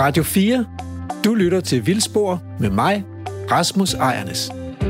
Radio 4. Du lytter til Vildspor med mig, Rasmus Ejernes.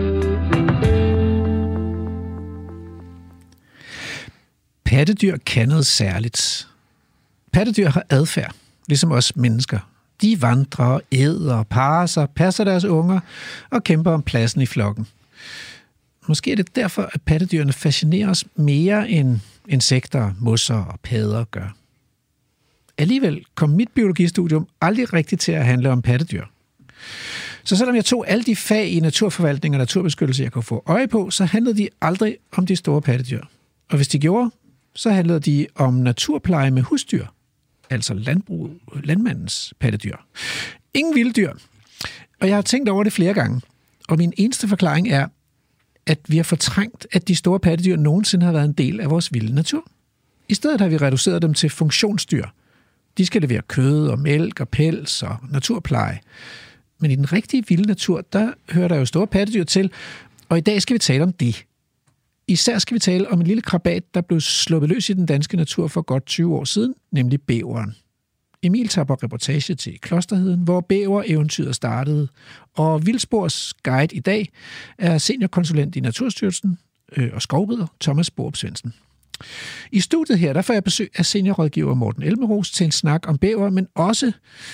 Pattedyr kan noget særligt. Pattedyr har adfærd, ligesom os mennesker. De vandrer, æder, parrer sig, passer deres unger og kæmper om pladsen i flokken. Måske er det derfor, at pattedyrene fascinerer os mere end insekter, mosser og padder gør. Alligevel kom mit biologistudium aldrig rigtigt til at handle om pattedyr. Så selvom jeg tog alle de fag i naturforvaltning og naturbeskyttelse, jeg kunne få øje på, så handlede de aldrig om de store pattedyr. Og hvis de gjorde, så handlede de om naturpleje med husdyr, altså landmandens pattedyr. Ingen vilde dyr. Og jeg har tænkt over det flere gange, og min eneste forklaring er, at vi har fortrængt, at de store pattedyr nogensinde har været en del af vores vilde natur. I stedet har vi reduceret dem til funktionsdyr. De skal levere kød og mælk og pels og naturpleje. Men i den rigtige vilde natur, der hører der jo store pattedyr til, og i dag skal vi tale om det. Især skal vi tale om en lille krabat, der blev sluppet løs i den danske natur for godt 20 år siden, nemlig bæveren. Emil tager på reportage til Klosterheden, hvor bæver-eventyret startede, og Vildspors guide i dag er seniorkonsulent i Naturstyrelsen og skovrider Thomas Borup Svendsen. I studiet her, der får jeg besøg af seniorrådgiver Morten Elmeros til en snak om bæver, men også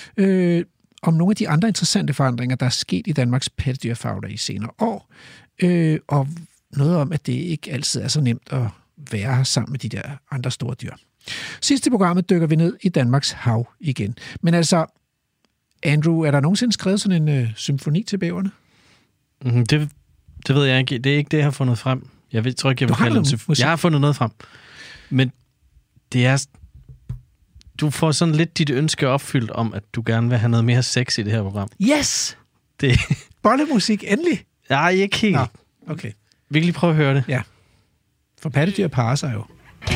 om nogle af de andre interessante forandringer, der er sket i Danmarks pattedyrfauna i senere år, og noget om, at det ikke altid er så nemt at være her sammen med de der andre store dyr. Sidst i programmet dykker vi ned i Danmarks hav igen. Men altså, Andrew, er der nogensinde skrevet sådan en symfoni til bæverne? Det ved jeg ikke. Det er ikke det, jeg har fundet frem. Jeg tror ikke, jeg vil kalde det symfoni. Jeg har fundet noget frem. Men det er... Du får sådan lidt dit ønske opfyldt om, at du gerne vil have noget mere sex i det her program. Yes! Det... Bollemusik, endelig! Nej, ikke helt. Nå, okay. Vi kan lige prøve at høre det. Ja. For pattedyr parrer sig jo.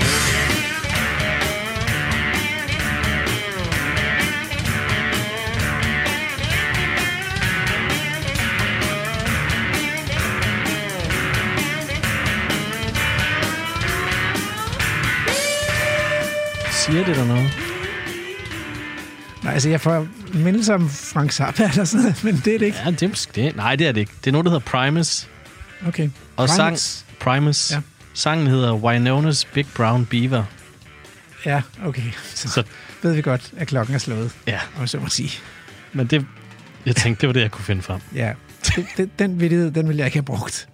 Siger det der noget? Nej, altså jeg får mindelse om Frank Zappa eller sådan noget, men det er det ikke. Ja, nej, det er det ikke. Det er noget, der hedder Primus. Okay. Og Primus. Ja. Sangen hedder Wynona's Big Brown Beaver. Ja, okay. Så ved vi godt, at klokken er slået. Ja. Og så må sige. Men det, jeg tænkte, det var det, jeg kunne finde frem. Ja, den vittighed, den ville jeg ikke have brugt.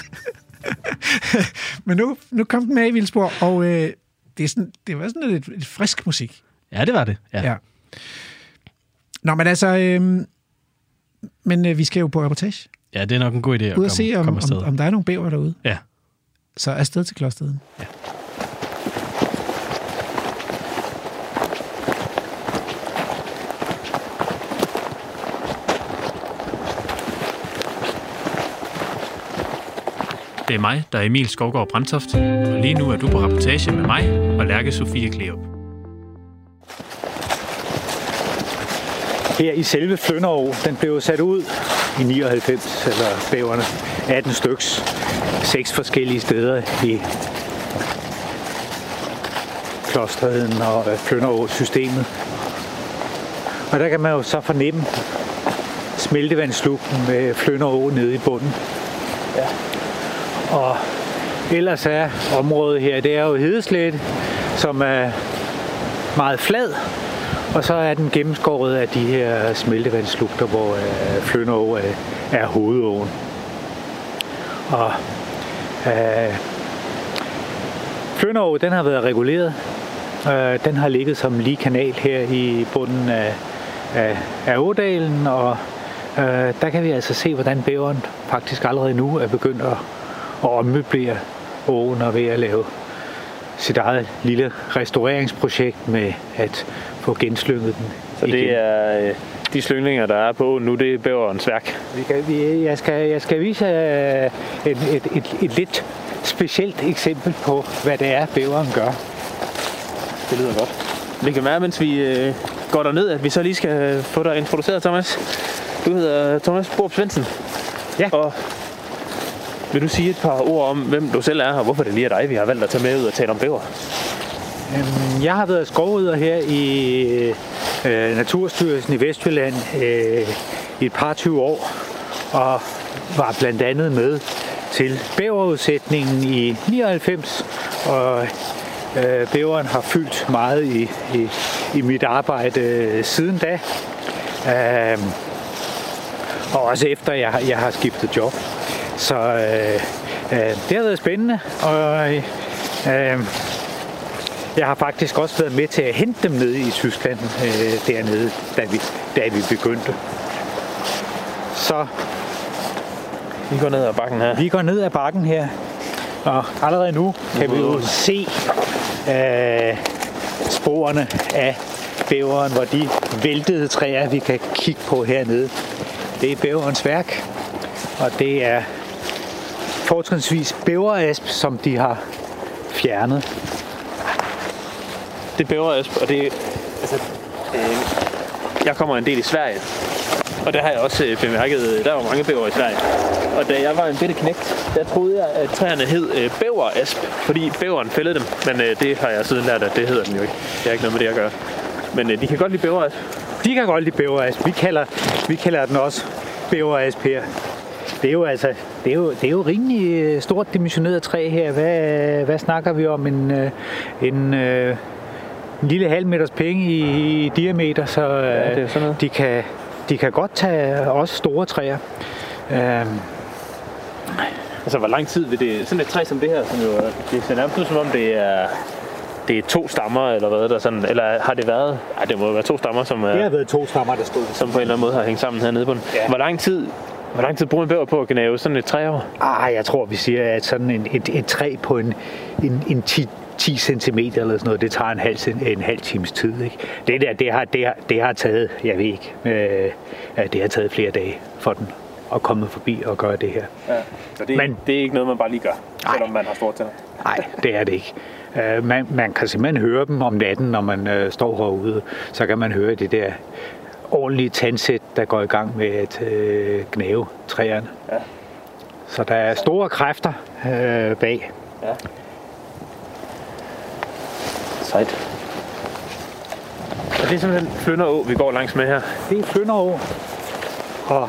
Men nu kom den med i Vildspor, og det var sådan et frisk musik. Ja, det var det. Ja. Nå, men altså... men vi skal jo på reportage. Ja, det er nok en god idé at komme afsted. Om der er nogle bæver derude. Ja. Så afsted til Klosterheden. Ja. Det er mig, der er Emil Skovgaard Brandtoft, og lige nu er du på reportage med mig og Lærke Sofie Kleop. Her i selve Flønderå, den blev sat ud i 99, eller bæverne, 18 styks, 6 forskellige steder i Klosterheden og Flønderå-systemet. Og der kan man jo så fornemme smeltevandslugten med Flønderå nede i bunden. Ja. Og ellers er området her, det er jo hedeslætte, som er meget flad, og så er den gennemskåret af de her smeltevandslugter, hvor Flønderå er hovedåen. Og Flønderå, den har været reguleret. Den har ligget som lige kanal her i bunden af ådalen, og der kan vi altså se, hvordan bæveren faktisk allerede nu er begyndt at ommøblere åen og ved at lave sit eget lille restaureringsprojekt med at få genslynget den. Så det igen. Er de slyngninger, der er på åen nu, det er bæverens værk? Jeg skal vise et lidt specielt eksempel på, hvad det er, bæveren gør. Det lyder godt. Det kan være, mens vi går derned, at vi så lige skal få dig introduceret, Thomas. Du hedder Thomas Borup Svendsen. Ja. Og vil du sige et par ord om, hvem du selv er, og hvorfor det lige er dig, vi har valgt at tage med ud og tale om bæver? Jeg har været skovrider her i Naturstyrelsen i Vestjylland i et par 20 år, og var blandt andet med til bæverudsætningen i 99, og bæveren har fyldt meget i mit arbejde siden da. Og også efter jeg har skiftet job. Så det har været spændende, og jeg har faktisk også været med til at hente dem nede i Tyskland dernede, da vi begyndte. Så vi går ned ad bakken her. Vi går ned ad bakken her, og allerede nu kan vi jo se sporene af bæveren, hvor de væltede træer, vi kan kigge på hernede. Det er bæverens værk, og det er fortrinsvis bæverasp, som de har fjernet. Det er bæverasp, og det jeg kommer en del i Sverige, og der har jeg også bemærket, der var mange bæver i Sverige. Og da jeg var en bitte knægt, der troede jeg, at træerne hed bæverasp, fordi bæveren fældede dem. Men det har jeg siden lært, at det hedder den jo ikke. Det er ikke noget med det at gøre. Men de kan godt lide bæverasp. De kan godt lide bæverasp. Vi kalder den også bæverasp her. Det er jo rimelig stort dimensioneret træ her. Hvad snakker vi om? En lille halv meters penge i diameter, så ja, det er sådan noget. De kan godt tage også store træer. Altså, hvor lang tid vil det... Sådan et træ som det her, som jo... Det ser nærmest ud, som om det er 2 stammer, eller hvad der sådan... Eller har det været... Ej, det må være 2 stammer, som... Det har været 2 stammer, der stod. Som på en eller anden måde har hængt sammen hernede på den. Ja. Hvor lang tid bruger en bæver på at gnave sådan et træ over? Jeg tror, vi siger, at sådan et træ på en 10 cm eller sådan noget, det tager en halv times tid. Ikke? Det har taget, jeg ved ikke, det har taget flere dage for den at komme forbi og gøre det her. Ja, så det er ikke noget, man bare lige gør, selvom man har store tænder? Nej, det er det ikke. Man kan simpelthen høre dem om natten, når man står herude. Så kan man høre det der ordentlige tandsæt, der går i gang med at gnave træerne. Ja. Så der er store kræfter bag. Ja. Sejt. Og det er simpelthen Flynderå, vi går langs med her. Det er Flynderå. Og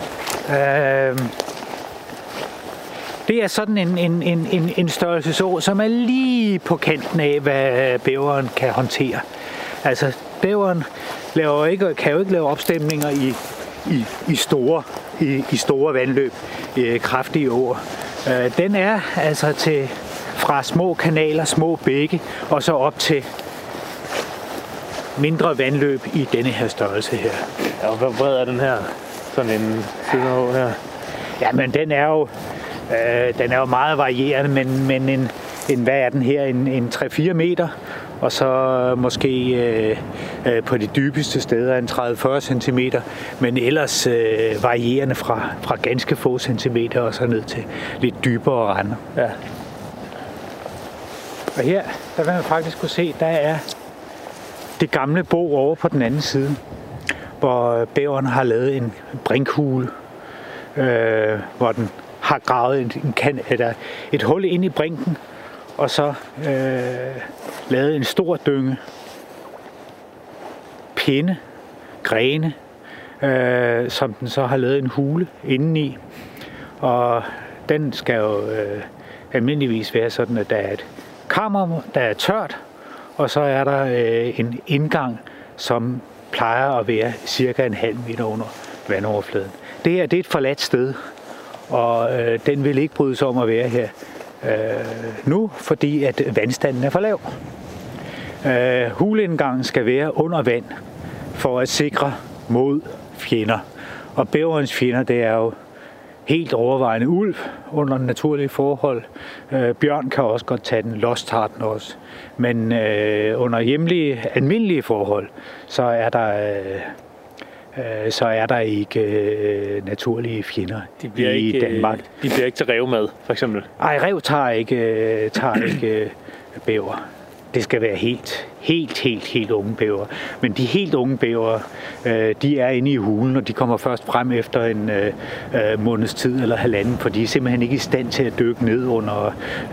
det er sådan en størrelseså, som er lige på kanten af, hvad bæveren kan håndtere. Altså, bæveren kan jo ikke lave opstemninger i store vandløb, kraftige åer. Den er altså fra små kanaler, små bække, og så op til mindre vandløb i denne her størrelse her. Ja, og hvor bred er den her? Sådan en Flynderå her? Ja, men den er jo meget varierende, men hvad er den her? En 3-4 meter, og så måske på de dybeste steder en 30-40 cm, men ellers varierende fra ganske få centimeter og så ned til lidt dybere rande. Ja. Og her, der vil man faktisk kunne se, der er det gamle bo over på den anden side, hvor bæveren har lavet en brinkhule, hvor den har gravet et hul ind i brinken, og så lavet en stor dynge pinde, grene, som den så har lavet en hule indeni. Og den skal jo almindeligvis være sådan, at der er et kammer, der er tørt, og så er der en indgang, som plejer at være cirka 1,5 meter under vandoverfladen. Det her, det er et forladt sted, og den vil ikke bryde sig om at være her nu, fordi at vandstanden er for lav. Huleindgangen skal være under vand for at sikre mod fjender. Og bæverens fjender, det er jo helt overvejende ulv under naturlige forhold. Bjørn kan også godt tage den, los tager den også. Men under almindelige forhold, så er der ikke naturlige fjender i Danmark. De bliver ikke til revmad, for eksempel? Nej, rev tager ikke bæver. det skal være helt unge bæver. Men de helt unge bæver, de er inde i hulen, og de kommer først frem efter en måneds tid eller halvanden, for de er simpelthen ikke i stand til at dykke ned under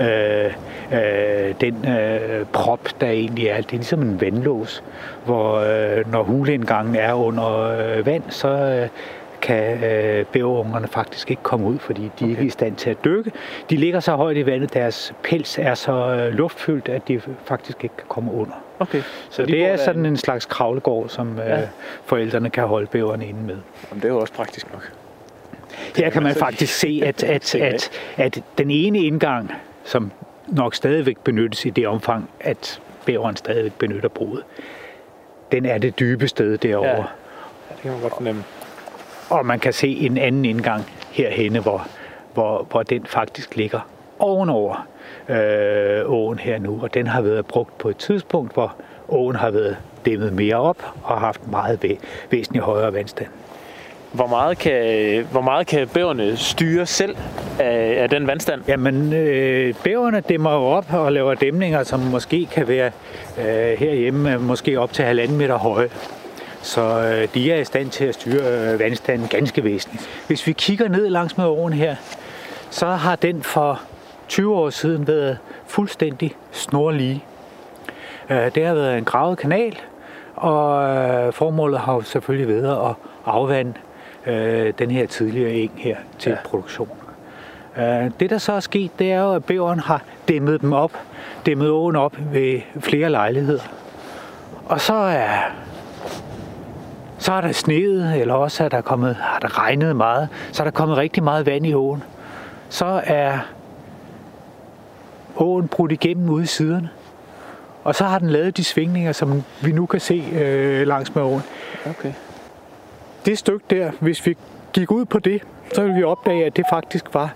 den prop, der egentlig er. Det er ligesom en vandlås, hvor når huleindgangen er under vand, så kan bæverungerne faktisk ikke komme ud, fordi de ikke er i stand til at dykke. De ligger så højt i vandet, deres pels er så luftfyldt, at de faktisk ikke kan komme under. Okay. Så det er sådan en slags kravlegård, som forældrene kan holde bæverne inde med. Jamen, det er jo også praktisk nok. Her kan man faktisk se, at den ene indgang, som nok stadigvæk benyttes i det omfang, at bæveren stadigvæk benytter bruget, den er det dybe sted derovre. Ja, det kan man godt fornemme. Og man kan se en anden indgang herhenne, hvor den faktisk ligger ovenover åen her nu. Og den har været brugt på et tidspunkt, hvor åen har været dæmmet mere op og haft meget væsentligt højere vandstand. Hvor meget kan bæverne styre selv af den vandstand? Jamen, bæverne dæmmer jo op og laver dæmninger, som måske kan være herhjemme måske op til 1,5 meter høje. Så de er i stand til at styre vandstanden ganske væsentligt. Hvis vi kigger ned langs med åen her, så har den for 20 år siden været fuldstændig snorlige. Det har været en gravet kanal, og formålet har jo selvfølgelig været at afvande den her tidligere eng her til produktion. Det der så er sket, det er jo, at bæveren har dæmmet åen op ved flere lejligheder. Og så er der sneet, eller også har der regnet meget, så er der kommet rigtig meget vand i åen. Så er åen brudt igennem ude i siderne. Og så har den lavet de svingninger, som vi nu kan se langs med åen. Okay. Det stykke der, hvis vi gik ud på det, så ville vi opdage, at det faktisk var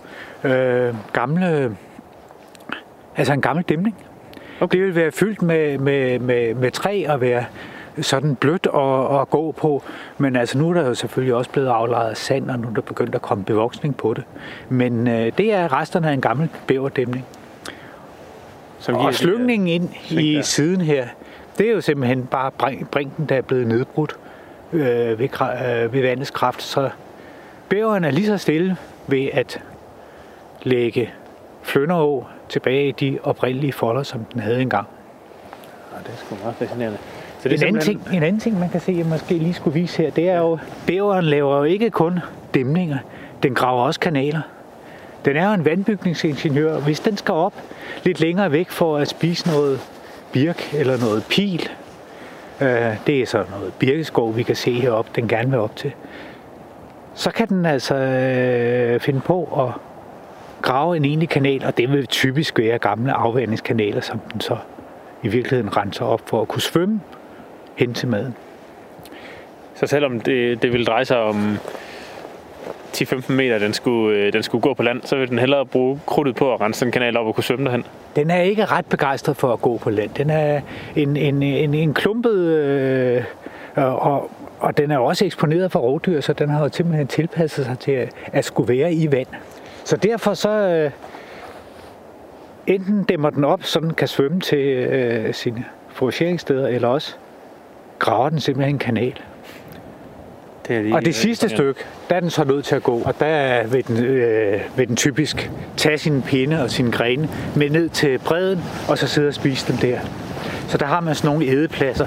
en gammel dæmning. Okay. Det ville være fyldt med træ og være sådan blødt at gå på. Men altså nu er der jo selvfølgelig også blevet aflejet sand, og nu er der begyndt at komme bevoksning på det. Men det er resterne af en gammel bæverdæmning. Og slyngningen ind i siden her, det er jo simpelthen bare brinken, der er blevet nedbrudt ved vandets kraft. Så bæveren er lige så stille ved at lægge Flønderå tilbage i de oprindelige folder, som den havde engang. Ja, det er sgu meget fascinerende. Så det en anden ting, man kan se, jeg måske lige skulle vise her, det er jo, bæveren laver jo ikke kun dæmninger, den graver også kanaler. Den er jo en vandbygningsingeniør, og hvis den skal op lidt længere væk for at spise noget birk eller noget pil, det er så noget birkeskov, vi kan se heroppe, den gerne vil op til, så kan den altså finde på at grave en egentlig kanal, og det vil typisk være gamle afvandingskanaler, som den så i virkeligheden renser op for at kunne svømme hen til maden. Så selvom det ville dreje sig om 10-15 meter, den skulle gå på land, så vil den hellere bruge krudtet på at rense den kanal op og kunne svømme derhen? Den er ikke ret begejstret for at gå på land. Den er en klumpet, og den er også eksponeret for rovdyr, så den har jo simpelthen tilpasset sig til at skulle være i vand. Så derfor så enten dæmmer den op, så den kan svømme til sine fourageringssteder, eller også graver den simpelthen en kanal. Og det sidste stykke, der er den så nødt til at gå, og der vil den typisk tage sine pinde og sine grene med ned til bredden, og så sidde og spise dem der. Så der har man sådan nogle ædepladser.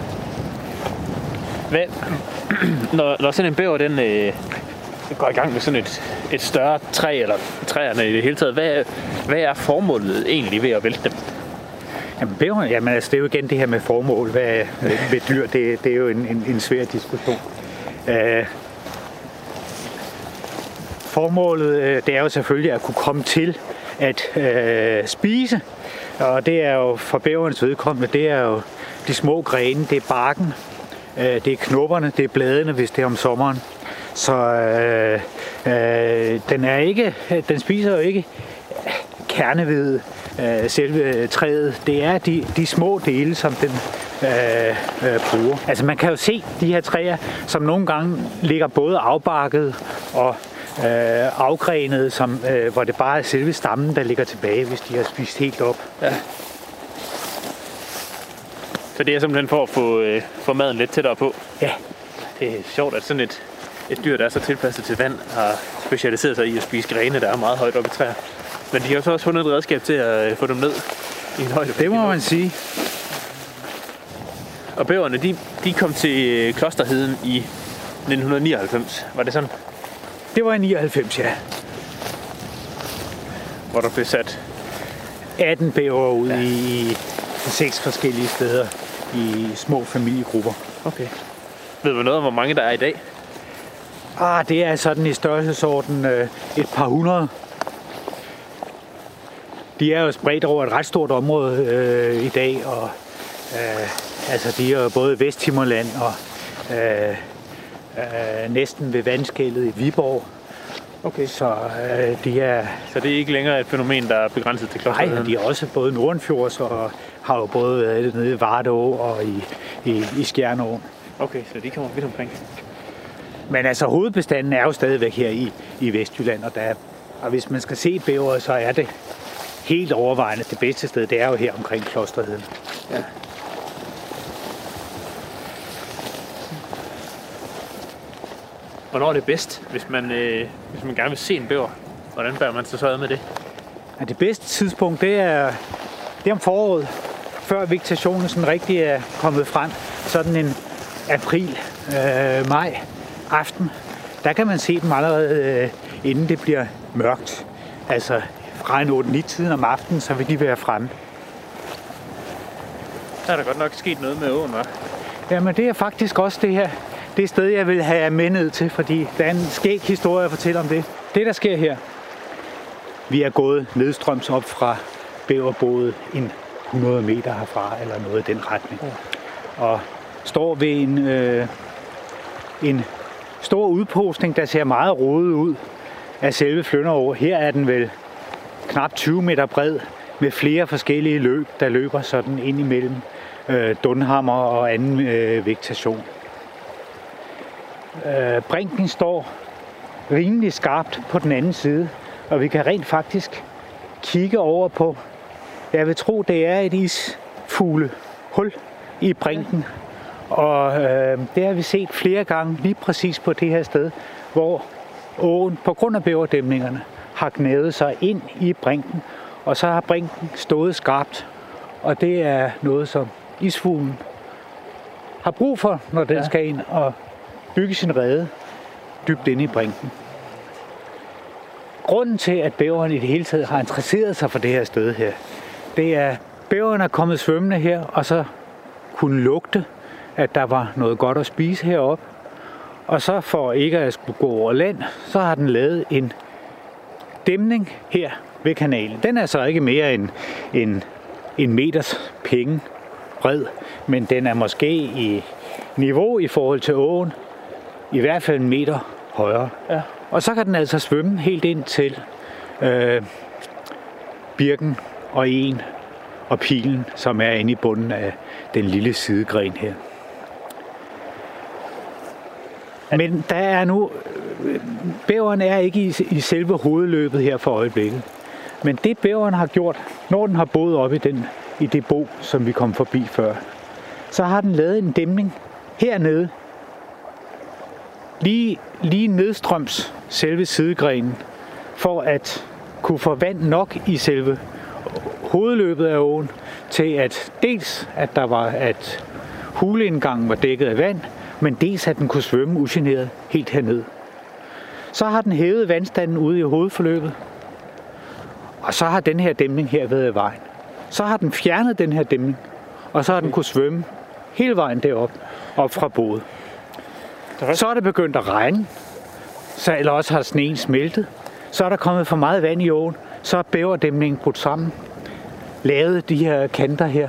Når sådan en bæver, den går i gang med sådan et større træ, eller træerne i det hele taget, hvad er formålet egentlig ved at vælte dem? Jamen bæveren, det er jo igen det her med formål ved dyr, det er jo en svær diskussion. Formålet, det er jo selvfølgelig at kunne komme til at spise, og det er jo for bæverens vedkommende, det er jo de små grene, det er barken, det er knopperne, det er bladene, hvis det er om sommeren. Så den spiser jo ikke kerneved, selve træet. Det er de små dele, som den bruger. Altså man kan jo se de her træer, som nogle gange ligger både afbakket og afgrenet, hvor det bare er selve stammen, der ligger tilbage, hvis de har spist helt op. Ja. Så det er simpelthen for at få maden lidt tættere på? Ja. Det er sjovt, at sådan et dyr, der er så tilpasset til vand, har specialiseret sig i at spise grene, der er meget højt oppe i træer. Men de har så også fundet et redskab til at få dem ned i en højde. Det må man sige. Og bæverne, de kom til Klosterheden i 1999. Var det sådan? Det var i 99, ja. Hvor der blev sat 18 bæver ud i 6 forskellige steder i små familiegrupper. Okay. Ved du noget om, hvor mange der er i dag? Det er sådan i størrelsesorden et par hundrede. De er jo spredt over et ret stort område i dag, og de er jo både Vesthimmerland og næsten ved vandskellet i Viborg. Okay. Så det er ikke længere et fænomen, der er begrænset til Klosterheden? Nej, de er også både nordenfjords og har jo både været nede i Vardå og i Skjernåen. Okay, så de kommer vidt omkring. Men altså hovedbestanden er jo stadigvæk her i Vestjylland, og hvis man skal se bæver, så er det helt overvejende det bedste sted, det er jo her omkring Klosterheden. Ja. Hvornår er det bedst, hvis man gerne vil se en bæver? Hvordan bærer man sig så ad med det? Ja, det bedste tidspunkt, det er om foråret, før vegetationen sådan rigtig er kommet frem. Sådan en april, maj aften, der kan man se dem allerede inden det bliver mørkt. Altså fra en 8-9-tiden om aftenen, så vil de være fremme. Der er der godt nok sket noget med åen, hva'? Jamen det er faktisk også det sted, jeg vil have med ned til, fordi der er en skæg historie at fortælle om det. Det, der sker her, vi er gået nedstrøms op fra bæverboet en 100 meter herfra, eller noget i den retning. Og står ved en stor udpostning, der ser meget rodet ud af selve Flynderå. Her er den vel knap 20 meter bred, med flere forskellige løb, der løber sådan ind imellem dunhammer og anden vegetation. Brinken står rimelig skarpt på den anden side, og vi kan rent faktisk kigge over på, jeg vil tro, det er et isfuglehul i brinken. Og det har vi set flere gange lige præcis på det her sted, hvor åen på grund af bæverdæmningerne har gnævet sig ind i brinken, og så har brinken stået skarpt. Og det er noget, som isfuglen har brug for, når den skal ind og bygge sin rede dybt inde i brinken. Grunden til, at bæveren i det hele taget har interesseret sig for det her sted her, det er, at bæveren er kommet svømmende her, og så kunne lugte, at der var noget godt at spise heroppe. Og så for ikke at skulle gå over land, så har den lavet en dæmning her ved kanalen. Den er så ikke mere end en meters penge bred, men den er måske i niveau i forhold til åen, i hvert fald en meter højere. Ja. Og så kan den altså svømme helt ind til birken og en og pilen, som er inde i bunden af den lille sidegren her. Men der er nu, bæveren er ikke i selve hovedløbet her for øjeblikket. Men det bæveren har gjort, når den har boet oppe i det bo, som vi kom forbi før, så har den lavet en dæmning hernede, lige nedstrøms selve sidegrenen, for at kunne få vand nok i selve hovedløbet af åen, til at dels at huleindgangen var dækket af vand, men dels at den kunne svømme ugeneret helt herned. Så har den hævet vandstanden ude i hovedforløbet, og så har den her dæmning her været i vejen. Så har den fjernet den her dæmning, og så har den kunne svømme hele vejen derop, op fra boet. Så er det begyndt at regne, eller også har sneen smeltet. Så er der kommet for meget vand i åen, så er bæverdæmningen brudt sammen. Lavet de her kanter her.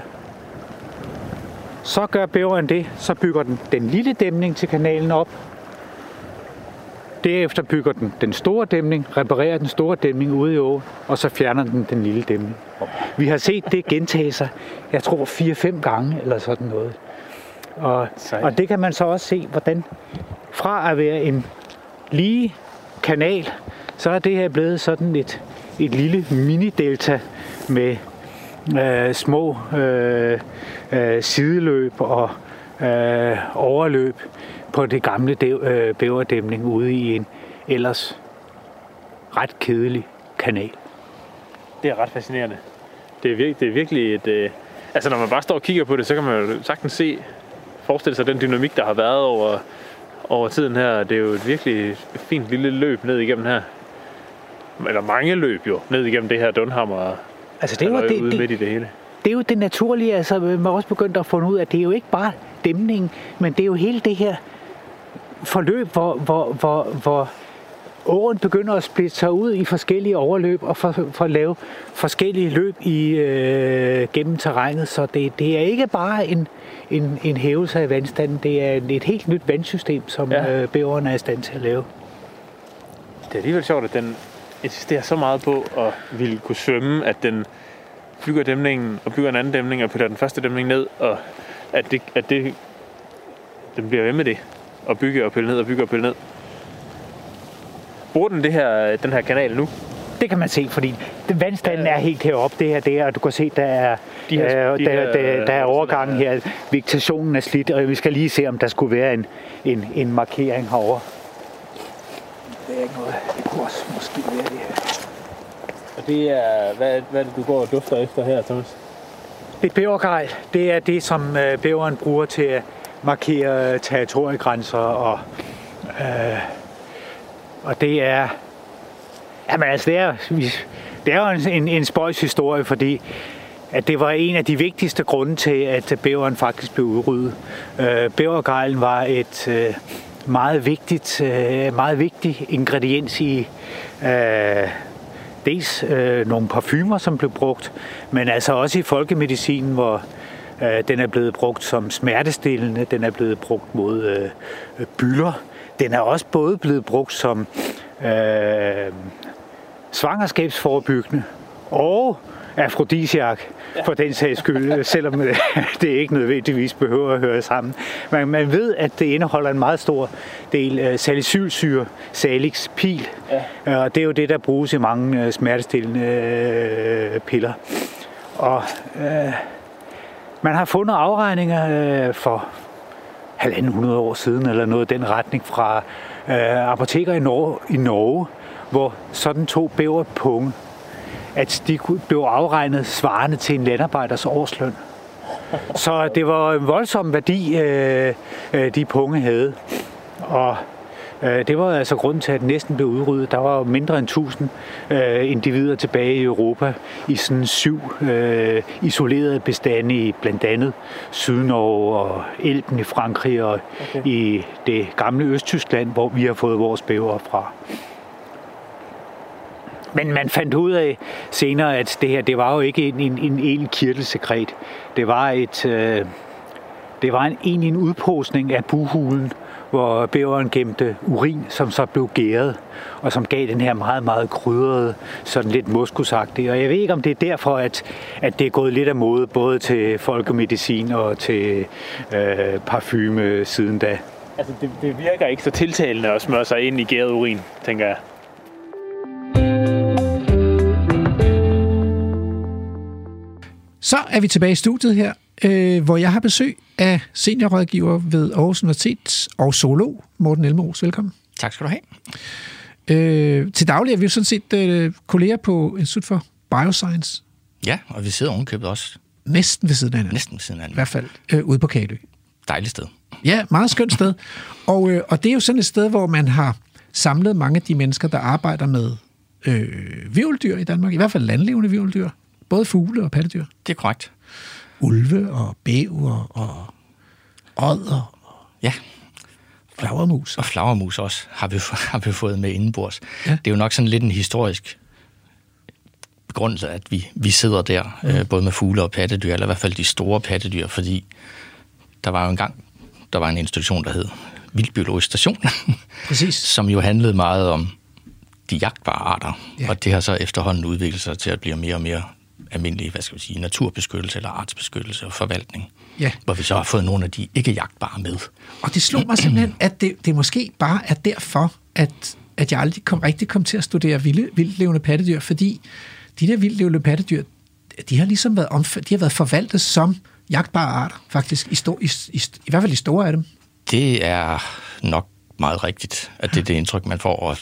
Så gør bæveren det, så bygger den lille dæmning til kanalen op. Derefter bygger den store dæmning, reparerer den store dæmning ude i åen, og så fjerner den lille dæmning. Vi har set det gentage sig, jeg tror 4-5 gange eller sådan noget. Og det kan man så også se, hvordan fra at være en lige kanal, så er det her blevet sådan et lille mini-delta med små sideløb og overløb på det gamle bæverdæmning ude i en ellers ret kedelig kanal. Det er ret fascinerende. Det er virkelig et... altså, når man bare står og kigger på det, så kan man jo sagtens forestille sig den dynamik, der har været over tiden her. Det er jo et virkelig fint lille løb ned igennem her. Eller mange løb jo, ned igennem det her Dunhammer. Altså, det er jo ude midt i det hele. Det er jo det naturlige. Altså, man har også begyndt at få ud af, at det er jo ikke bare dæmningen, men det er jo hele det her forløb, hvor åen begynder at splitte sig ud i forskellige overløb og for at lave forskellige løb gennem terrænet. Så det er ikke bare en hævelse af vandstanden, det er et helt nyt vandsystem, som bæveren er i stand til at lave. Det er alligevel sjovt, at den insisterer så meget på at ville kunne svømme, at den bygger dæmningen og bygger en anden dæmning og putter den første dæmning ned, og at den bliver ved med det og bygge og pille ned og bygge og pille ned. Bruger den den her kanal nu? Det kan man se, fordi vandstanden er helt heroppe, det og du kan se, der er overgangen her. Vegetationen er slidt, og vi skal lige se, om der skulle være en markering herovre. Det er ikke noget. Det kunne også måske være det her. Og det er, hvad er det, du går og dufter efter her, Thomas? Det er bævergejl. Det er det, som bæveren bruger til at markere territoriegrænser, og det er... Jamen altså, det er jo en spøjs historie, fordi at det var en af de vigtigste grunde til, at bæveren faktisk blev udryddet. Bævergejlen var et meget vigtig ingrediens i dels nogle parfumer, som blev brugt, men altså også i folkemedicinen, hvor den er blevet brugt som smertestillende, den er blevet brugt mod bylder. Den er også både blevet brugt som svangerskabsforebyggende og afrodisiak for den sags skyld, selvom det ikke nødvendigvis behøver at høre sammen. Men man ved, at det indeholder en meget stor del salicylsyre, salix pil, og det er jo det, der bruges i mange smertestillende piller. Og man har fundet afregninger for 150 år siden, eller noget i den retning, fra apoteker i Norge, hvor sådan to bæverpunge, at de blev afregnet svarende til en landarbejders årsløn. Så det var en voldsom værdi, de punge havde. Og det var altså grunden til, at den næsten blev udryddet. Der var mindre end 1000 individer tilbage i Europa i sådan 7 isolerede bestande i blandt andet Sydnorge og Elben i Frankrig og i det gamle Østtyskland, hvor vi har fået vores bæver fra. Men man fandt ud af senere, at det var jo ikke en kirtelsekret. Det var egentlig en udposning af bughulen, hvor bæveren gemte urin, som så blev gæret, og som gav den her meget, meget krydrede, sådan lidt moskusagtige. Og jeg ved ikke, om det er derfor, at det er gået lidt af mode, både til folkemedicin og til parfume siden da. Altså, det virker ikke så tiltalende at smøre sig ind i gæret urin, tænker jeg. Så er vi tilbage i studiet her, hvor jeg har besøg af seniorrådgiver ved Aarhus Universitet og zoolog Morten Elmeros. Velkommen. Tak skal du have. Til daglig er vi jo sådan set kolleger på Institut for Bioscience. Ja, og vi sidder ovenkøbet også. Næsten ved siden af hinanden. Næsten ved siden af hinanden. I hvert fald ude på Kalø. Dejligt sted. Ja, meget skønt sted. Og det er jo sådan et sted, hvor man har samlet mange af de mennesker, der arbejder med hvirveldyr i Danmark. I hvert fald landlevende hvirveldyr. Både fugle og pattedyr. Det er korrekt. Ulve og bæver og odder. Ja. Flagermus. Og flagermus også har vi fået med indenbords. Ja. Det er jo nok sådan lidt en historisk begrundelse, at vi sidder der, både med fugle og pattedyr, eller i hvert fald de store pattedyr, fordi der var jo engang, der var en institution, der hed Vildbiologisk Station, præcis. Som jo handlede meget om de jagtbare arter, og det har så efterhånden udviklet sig til at blive mere og mere almindelig, naturbeskyttelse eller artsbeskyttelse og forvaltning, hvor vi så har fået nogle af de ikke-jagtbare med. Og det slog mig simpelthen, at det måske bare er derfor, at jeg aldrig rigtig kom til at studere vildlevende pattedyr, fordi de der vildlevende pattedyr, de har ligesom været forvaltet som jagtbare arter, faktisk, i hvert fald i store af dem. Det er nok meget rigtigt, at det er det indtryk, man får,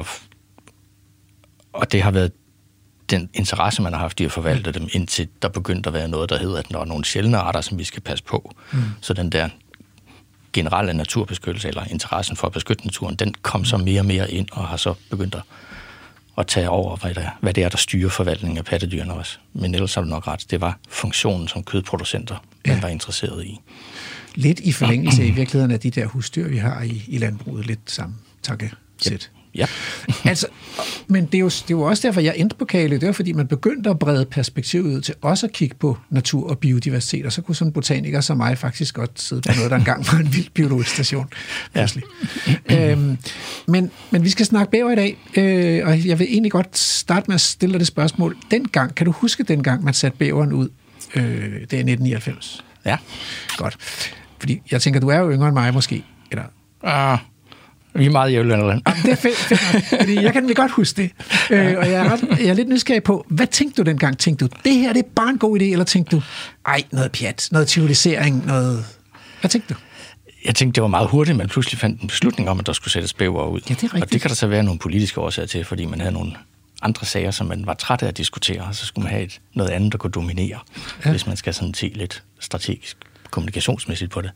og det har været den interesse, man har haft i at forvalte dem, indtil der begyndte at være noget, der hedder, at der er nogle sjældne arter, som vi skal passe på. Så den der generelle naturbeskyttelse, eller interessen for at beskytte naturen, den kom så mere og mere ind, og har så begyndt at tage over, hvad det er, der styrer forvaltningen af pattedyrene også. Men ellers har du nok ret. Det var funktionen som kødproducenter, man var interesseret i. Lidt i forlængelse i virkeligheden af de der husdyr, vi har i landbruget, lidt samme tankesæt. Ja. Altså, men det er jo også derfor, jeg endte på Kale. Det var, fordi man begyndte at brede perspektivet ud til også at kigge på natur og biodiversitet, og så kunne sådan en botaniker som mig faktisk godt sidde på noget, der engang var en vild biologisk station. Ja. Men vi skal snakke bæver i dag, og jeg vil egentlig godt starte med at stille dig det spørgsmål. Kan du huske dengang, man satte bæveren ud? Det er 1999. Ja. Godt. Fordi jeg tænker, du er jo yngre end mig måske, eller... Vi er meget jævnaldrende. Det er fedt, fordi jeg kan godt huske det. Og jeg er lidt nysgerrig på, hvad tænkte du dengang? Tænkte du, det her det er bare en god idé, eller tænkte du, noget pjat, noget civilisering, noget... Hvad tænkte du? Jeg tænkte, det var meget hurtigt, man pludselig fandt en beslutning om, at der skulle sættes bæver ud. Ja, det er rigtigt. Og det kan der så være nogle politiske årsager til, fordi man havde nogle andre sager, som man var træt af at diskutere, og så skulle man have noget andet, der kunne dominere, hvis man skal sådan se lidt strategisk, kommunikationsmæssigt på det.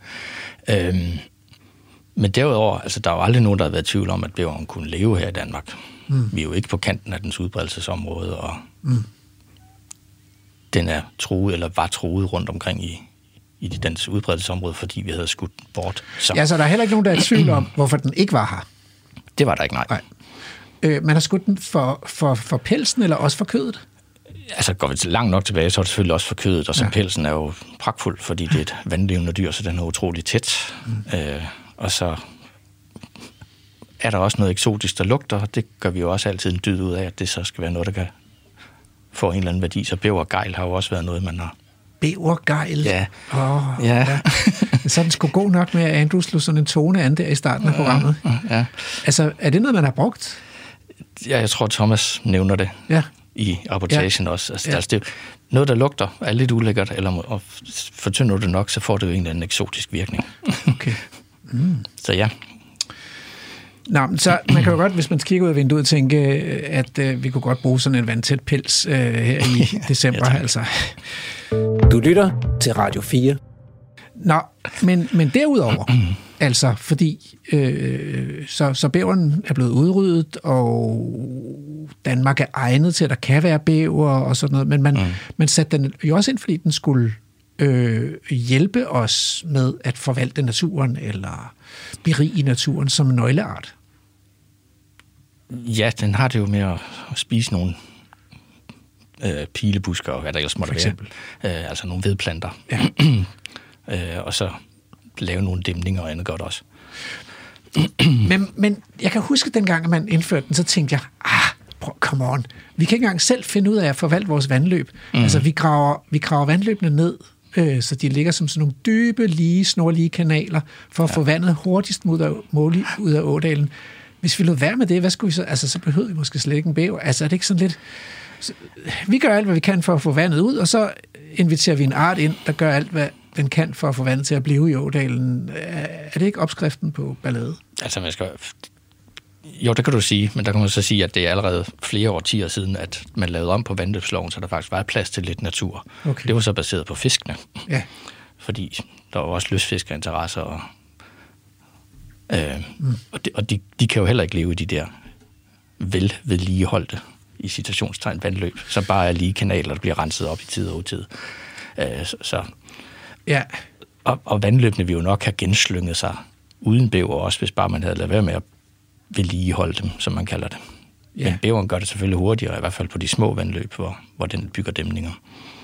Men derudover, altså der er jo aldrig nogen, der har været i tvivl om, at bæveren kunne leve her i Danmark. Vi er jo ikke på kanten af dens udbredelsesområde, og den er truet, eller var truet rundt omkring i dens udbredelsesområde, fordi vi havde skudt bort. Så der er heller ikke nogen, der er i tvivl om, hvorfor den ikke var her. Det var der ikke, nej. Man har skudt den for pelsen, eller også for kødet? Altså, går vi langt nok tilbage, så er det selvfølgelig også for kødet, og så pelsen er jo pragtfuld, fordi det er et vandlevende dyr, så den er utrolig tæt. Og så er der også noget eksotisk, der lugter, og det gør vi jo også altid en dyd ud af, at det så skal være noget, der kan få en eller anden værdi. Så bævergejl har jo også været noget, man har... Bævergejl? Ja. Ja. Så den skulle gå nok med, at Andrew slog sådan en tone an der i starten af programmet. Ja. Altså, er det noget, man har brugt? Ja, jeg tror, Thomas nævner det i rapportagen også. Altså, det er noget, der lugter, er lidt ulækkert, eller fortynder du det nok, så får det jo en eller anden eksotisk virkning. Okay. Så ja. Nå, så man kan jo godt, hvis man kigger ud af vinduet, tænke, at vi kunne godt bruge sådan en vandtæt pels her i december. Altså. Du lytter til Radio 4. Nå, men derudover, altså fordi så bæveren er blevet udryddet, og Danmark er egnet til, at der kan være bæver og sådan noget, men man satte den jo også ind, fordi den skulle hjælpe os med at forvalte naturen, eller berige naturen som en nøgleart. Ja, den har det jo med at spise nogle pilebusker, og hvad der ellers måtte være. Altså nogle vedplanter. Ja. Og så lave nogle dæmninger og andet godt også. Men jeg kan huske dengang, at man indførte den, så tænkte jeg, come on, vi kan ikke engang selv finde ud af at forvalte vores vandløb. Altså, vi graver vandløbene ned, så de ligger som sådan nogle dybe, lige, snorlige kanaler, for at få vandet hurtigst muligt ud af ådalen. Hvis vi lod være med det, hvad skulle vi så? Altså, så behøvede vi måske slet ikke en bæver. Altså, er det ikke sådan lidt... Vi gør alt, hvad vi kan for at få vandet ud, og så inviterer vi en art ind, der gør alt, hvad den kan for at få vandet til at blive i ådalen. Er det ikke opskriften på ballade? Altså, man skal... Jo, det kan du sige, men der kan man så sige, at det er allerede flere årtier siden, at man lavede om på vandløbsloven, så der faktisk var plads til lidt natur. Okay. Det var så baseret på fiskene. Ja. Fordi der var også lystfiskerinteresser, og de kan jo heller ikke leve i de der velvedligeholdte, i citationstegn, vandløb, så bare er lige kanaler, der bliver renset op i tid og utid. Ja. Og vandløbene vil jo nok have genslynget sig uden bæver også, hvis bare man havde lavet være med at vedligeholde dem, som man kalder det. Ja. Men bæveren gør det selvfølgelig hurtigere, i hvert fald på de små vandløb, hvor den bygger dæmninger.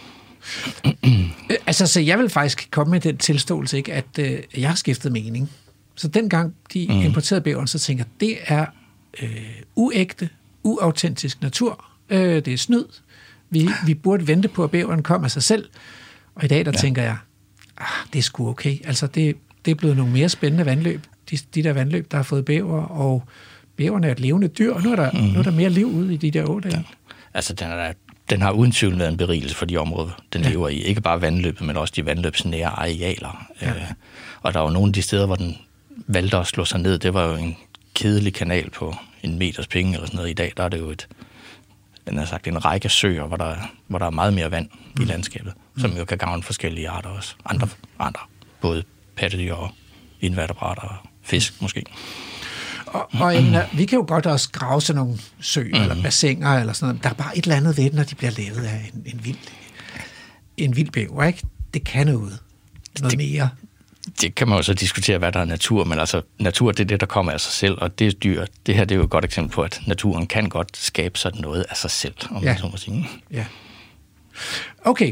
Altså, så jeg vil faktisk komme med den tilståelse, ikke, at jeg har skiftet mening. Så dengang de importerede bæveren, så tænker jeg, det er uægte, uautentisk natur. Det er snyd. Vi burde vente på, at bæveren kommer af sig selv. Og i dag, der tænker jeg, det er sgu okay. Altså, det er blevet nogle mere spændende vandløb. De der vandløb, der har fået bæver, og bæverne er et levende dyr, og nu er der mere liv ude i de der ådale. Ja. Altså, den er den har uden tvivl været en berigelse for de områder, den lever i. Ikke bare vandløbet, men også de vandløbsnære arealer. Ja. Og der var nogle af de steder, hvor den valgte at slå sig ned. Det var jo en kedelig kanal på 1 meters penge eller sådan noget. I dag der er det jo en række søer, hvor der er meget mere vand i landskabet, som jo kan gavne forskellige arter også. Andre både pattedyr og invertebrater og fisk måske. Og vi kan jo godt også grave sådan nogle søer eller bassiner eller sådan noget. Der er bare et eller andet ved det, når de bliver lavet af en vild bæver, ikke? Det kan noget mere. Det kan man jo så diskutere, hvad der er natur, men altså natur, det er det, der kommer af sig selv, og det er dyr. Det her det er jo et godt eksempel på, at naturen kan godt skabe sådan noget af sig selv, om man så må sige. Ja. Okay.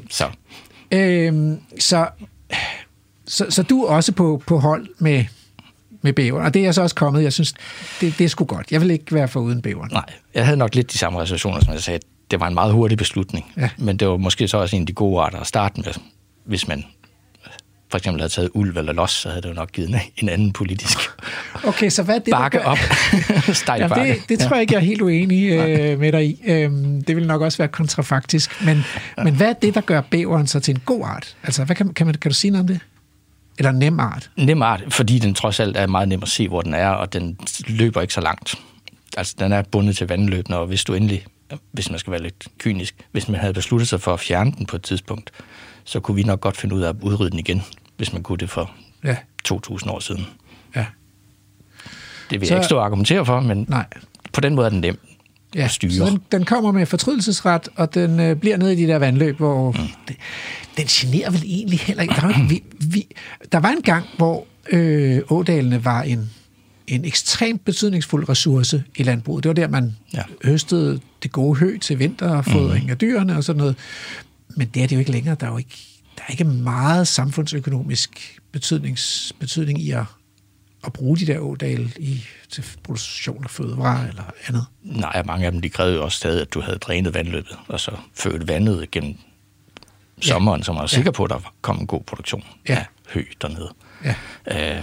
Så du er også på hold med bæveren, og det er jeg så også kommet. Jeg synes, det er sgu godt. Jeg vil ikke være foruden bæveren. Nej, jeg havde nok lidt de samme reservationer, som jeg sagde. Det var en meget hurtig beslutning, men det var måske så også en af de gode arter at starte med, hvis man for eksempel havde taget ulv eller los, så havde det jo nok givet en anden politisk okay, så hvad er det, bakke op. Stejl bakke. Det tror jeg ikke, jeg er helt uenig med dig i. Det vil nok også være kontrafaktisk. Men hvad er det, der gør bæveren så til en god art? Altså, hvad kan du sige noget om det? Eller en nem art? Nem art, fordi den trods alt er meget nem at se, hvor den er, og den løber ikke så langt. Altså, den er bundet til vandløbene, og hvis man skal være lidt kynisk, hvis man havde besluttet sig for at fjerne den på et tidspunkt, så kunne vi nok godt finde ud af at udrydde den igen, hvis man kunne det for 2.000 år siden. Ja. Det vil jeg ikke stå og argumentere for, men på den måde er den nem at styre. Så den kommer med fortrydelsesret, og den bliver nede i de der vandløb, hvor den generer vel egentlig heller ikke. Der var en gang, hvor ådalene var en ekstremt betydningsfuld ressource i landbruget. Det var der, man høstede det gode hø til vinterfodring af dyrene og sådan noget. Men det er det jo ikke længere. Der er ikke meget samfundsøkonomisk betydning i at bruge de der ådale til produktion af fødevarer eller andet. Nej, mange af dem, de krævede jo også stadig, at du havde drænet vandløbet, og så ført vandet gennem sommeren, så man var sikker på, at der kom en god produktion af hø dernede. Ja.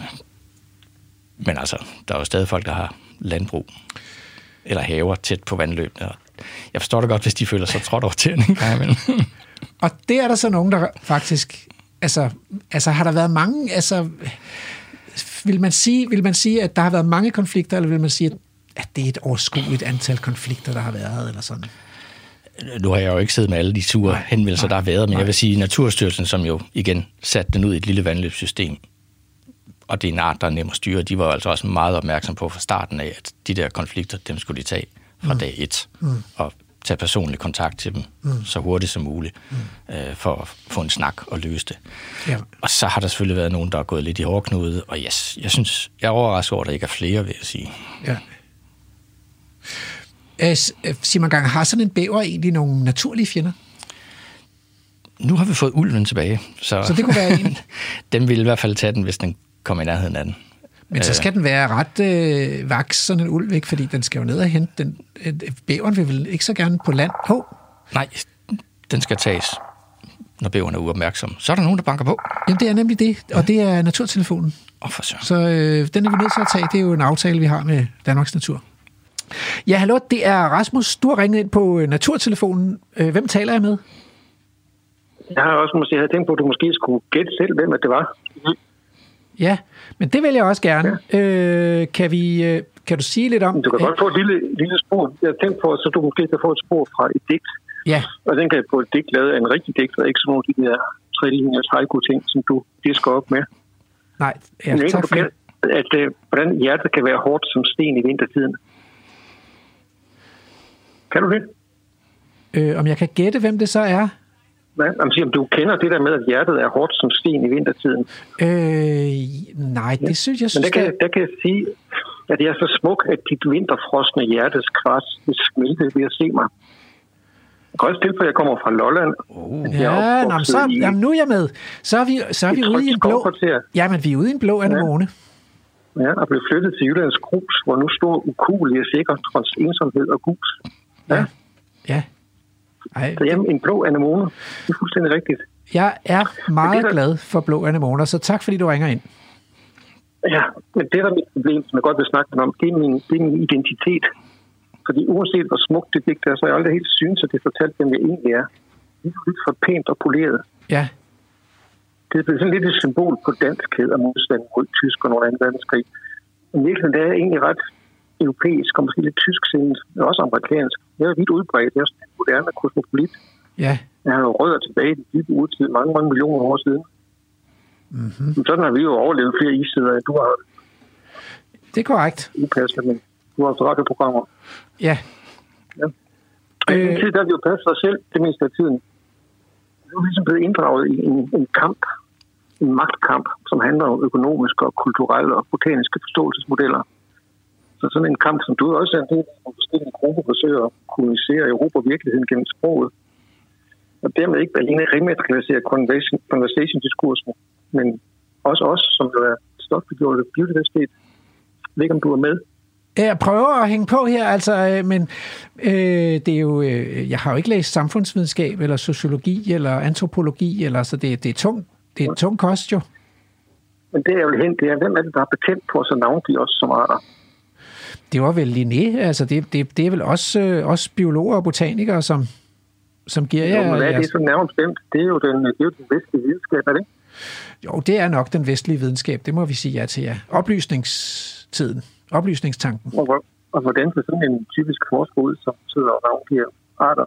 Men altså, der er jo stadig folk, der har landbrug eller haver tæt på vandløbene. Jeg forstår det godt, hvis de føler sig trådt over tæerne en gang imellem. Og det er der så nogen, der faktisk... Altså har der været mange... Altså, vil man sige, at der har været mange konflikter, eller vil man sige, at det er et overskueligt antal konflikter, der har været, eller sådan? Nu har jeg jo ikke siddet med alle de sure henvendelser, der har været, men jeg vil sige, Naturstyrelsen, som jo igen satte den ud i et lille vandløbssystem, og det er en art, der er nem at styre, de var altså også meget opmærksom på fra starten af, at de der konflikter, dem skulle de tage fra dag 1, og tage personlig kontakt til dem så hurtigt som muligt, for at få en snak og løse det. Ja. Og så har der selvfølgelig været nogen, der er gået lidt i hårdknude, og jeg synes, jeg er overrasket over, at der ikke er flere, vil jeg sige. Ja. Simon Gang, har sådan en bæver egentlig nogle naturlige fjender? Nu har vi fået ulven tilbage, så det kunne være en? Den ville i hvert fald tage den, hvis den kom i nærheden af den. Men så skal den være ret vaks, sådan en ulv, ikke? Fordi den skal jo ned og hente den. Bæveren vil vel ikke så gerne på land på? Nej, den skal tages, når bæveren er uopmærksom. Så er der nogen, der banker på. Jamen, det er nemlig det, og det er naturtelefonen. For søren. Så den er vi nødt til at tage. Det er jo en aftale, vi har med Danmarks Natur. Ja, hallo, det er Rasmus. Du har ringet ind på naturtelefonen. Hvem taler jeg med? Jeg har også måske tænkt på, at du måske skulle gætte selv, hvem det var. Ja, men det vil jeg også gerne. Ja. Kan du sige lidt om... Du kan godt få et lille spor. Jeg tænkte på, så du måske kan få et spor fra et digt. Ja. Og den kan jeg få et digt lavet af en rigtig digt, og ikke sådan nogle af de der 3-linjers haiku-ting, som du disker op med. Nej, tak for det. Hvordan hjertet kan være hårdt som sten i vintertiden. Kan du det? Om jeg kan gætte, hvem det så er? Om du kender det der med, at hjertet er hårdt som sten i vintertiden? Nej, det synes jeg... Men der kan jeg sige, at det er så smukt, at dit vinterfrosne hjertes kras vil smelte ved at se mig. Jeg kan også tilfælde, at jeg kommer fra Lolland. Jamen, nu er jeg med. Så er vi ude i en blå... Jamen, vi er ude i en blå anemone. Ja, og blev flyttet til Jyllands Grus, hvor nu står ukuelig og sikker, trods ensomhed og gus. Ja. Så jamen, en blå anemone. Det er fuldstændig rigtigt. Jeg er meget glad for blå anemoner, så tak fordi du ringer ind. Ja, men det der er mit problem, som jeg godt vil snakke om, det er min identitet. Fordi uanset hvor smukt det digt er, så er jeg aldrig helt synes, at det fortalt, hvem jeg egentlig er. Det er lidt for pænt og poleret. Ja. Det er sådan lidt et symbol på danskhed og modstand mod tysk og nogle andre verdenskrig. Men virkelig, det er egentlig ret europæisk og måske lidt tysksindet, men også amerikansk. Det er vidt udbredt. Det er sådan en moderne kosmopolit. Ja. Jeg har jo rødder tilbage i den dybe urtid, mange millioner år siden. Mm-hmm. Sådan har vi jo overlevet flere istider, end du har. Det er korrekt. Upassende, men du har også radioprogrammer. Ja. Ja. Og i den tid, der har vi jo passet os selv det meste af tiden. Nu er vi ligesom blevet inddraget i en kamp, en magtkamp, som handler om økonomiske og kulturelle og botaniske forståelsesmodeller. Så sådan en kamp, som du også er en del af forskellige grupper, forsøger at kommunicere Europa og virkeligheden gennem sproget. Og dermed ikke alene rematerialisere conversation-diskursen, men også os, som jo er stofbegjorte biodiversitet. Jeg ved ikke, om du er med. Jeg prøver at hænge på her, altså, men det er jo, jeg har jo ikke læst samfundsvidenskab, eller sociologi, eller antropologi, eller, så det er tungt. Det er en tung kost, jo. Men det er jo hen, det er, hvem er det, der har patent på, så navngiver os som arter? Det var vel Linné, altså det er vel også biologer og botanikere, som giver jer... Jo, men hvad er det så nærmere bestemt? Det er jo den vestlige videnskab, er det? Jo, det er nok den vestlige videnskab, det må vi sige ja til, ja. Oplysningstiden, oplysningstanken. Og hvordan ser sådan en typisk forsker ud, som sidder og navngiver arter?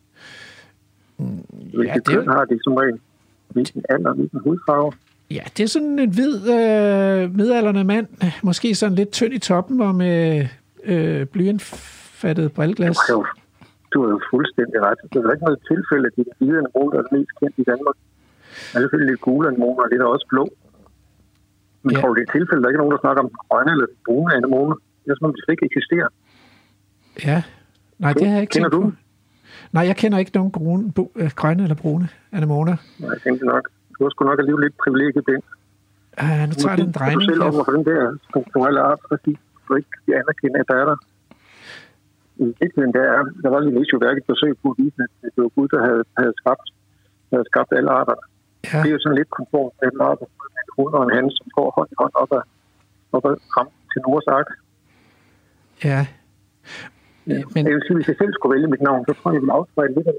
Hvilke køn har de som regel? Hvilken alder, hvilken hudfarve? Ja, det er sådan en hvid, midaldrende mand. Måske sådan lidt tynd i toppen og med blyantfattet brilleglas. Du er jo fuldstændig ret. Det er ikke noget tilfælde, at de hvide anemoner er mest kendt i Danmark. Der er selvfølgelig lidt gule anemoner, og det er også blå. Men tror du, det er tilfælde, der er ikke nogen, der snakker om grønne eller brune anemoner? Det er som om de slet ikke eksisterer. Ja. Nej, det har jeg ikke tænkt på. Nej, jeg kender ikke nogen grønne eller brune anemoner. Nej, jeg tænkte nok. Du har sgu nok alligevel lidt privilegiebind. Nu tager det en drejning. Du selv om, for den der strukturelle art, fordi du ikke kan anerkende, at der er der. I virkeligheden, der var lige et værk et forsøg på at vise, at det var Gud, der havde skabt alle arterne. Ja. Det er jo sådan lidt konformt med en art, med en hund og en hand, som går hånd i hånd op ad rampen til Noahs ark. Ja. Men jeg vil sige, hvis jeg selv skulle vælge mit navn, så tror jeg, jeg vil afspejle lidt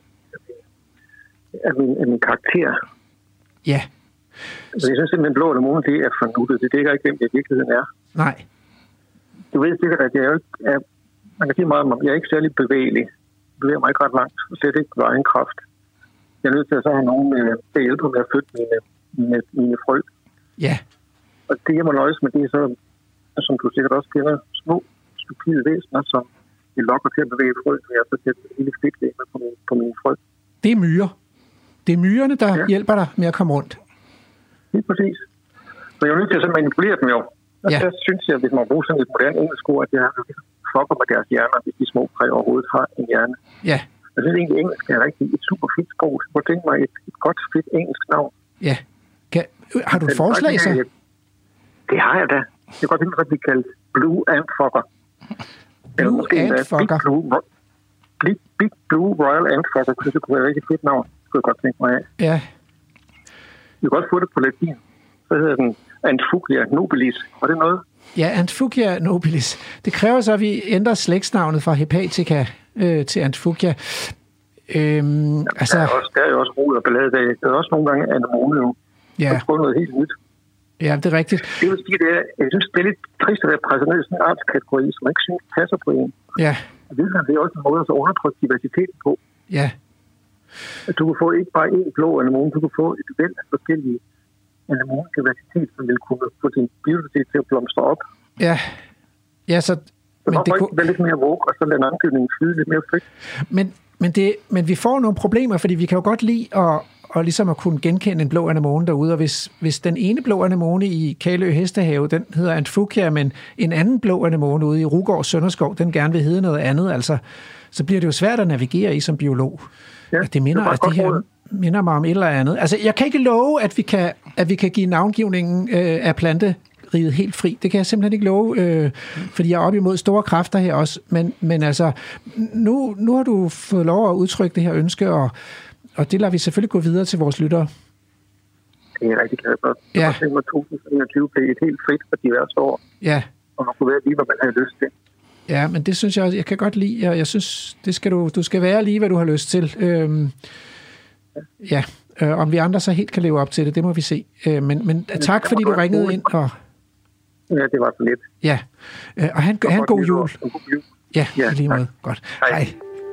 af min karakter. Ja. Så jeg synes simpelthen, blå eller måne, det er for nuttet. Det dækker ikke, hvem det i virkeligheden er. Nej. Du ved sikkert, at jeg er man kan sige meget om, jeg er ikke særlig bevægelig. Jeg bevæger mig ikke ret langt, og slet ikke på egen kraft. Jeg er nødt til at så have nogen, der hjælper med at flytte mine frø. Ja. Og det, jeg må nøjes med, det er så, som du sikkert også kender, små, stupide væsener, som de lokker til at bevæge frø, så jeg så sætter en lille fedtvæg på mine frø. Det er myrer. Det er myrerne, der hjælper dig med at komme rundt. Lige præcis. Så jeg er nødt til at manipulere dem jo. Og der synes jeg, hvis man bruger sådan et moderne engelsk ord, at jeg fucker med deres hjerner, hvis de små præg overhovedet har en hjerne. Ja. Jeg synes egentlig, engelsk er rigtig et super fedt sprog. Så jeg tænker mig et godt, fedt engelsk navn. Ja. Har du et forslag så? Det har jeg da. Jeg kan godt tænke mig, at blive kaldt Blue Antfucker. Blue Antfucker? Big Blue Royal Antfucker. Det kunne være et rigtig fedt navn. Det kunne jeg godt tænke mig af. Ja. Jeg kan godt få det på latin. Så hedder den Antfugia nobilis. Var det noget? Ja, Antfugia nobilis. Det kræver så, at vi ændrer slægtsnavnet fra Hepatica til Antfugia. Altså... Der er jo også rod og ballade. Der er også nogle gange anemone. Ja. Det er noget helt nyt. Ja, det er rigtigt. Det vil sige, jeg synes, det er lidt trist at være presset ned i sådan en artskategori, som ikke synes passer på en. Ja. Det er også en måde at undertrykke diversiteten på. Ja. At du kan få ikke bare én blå anemone, du kan få et væld af forskellige anemone-diversitet, som vil kunne få din biodiversitet til at blomstre op. Ja. Ja, så men det kunne være lidt mere våg, og så lade angivningen flyde lidt mere frit. Men vi får nogle problemer, fordi vi kan jo godt lide at ligesom at kunne genkende en blå anemone derude, og hvis den ene blå anemone i Kalø Hestehave, den hedder Antfugia, men en anden blå anemone ude i Rugård Sønderskov, den gerne vil hedde noget andet, altså, så bliver det jo svært at navigere i som biolog. Ja, det minder mig om et eller andet. Altså, jeg kan ikke love, at vi kan give navngivningen af planteriget helt fri. Det kan jeg simpelthen ikke love, fordi jeg er op imod store kræfter her også. Men altså, nu har du fået lov at udtrykke det her ønske, og det lader vi selvfølgelig gå videre til vores lyttere. Det er jeg rigtig glad for. Jeg tænker mig, 2021 blev et helt frit for diverse år. Ja. Og man kunne være lige, hvad man havde lyst til. Ja, men det synes jeg også, jeg kan godt lide. Jeg synes, det skal du skal være lige, hvad du har lyst til. Om vi andre så helt kan leve op til det må vi se. Men tak, fordi du ringede ind. Og... Ja, det var så lidt. Ja, og han god jul. Ja, lige måde. Godt. Hej.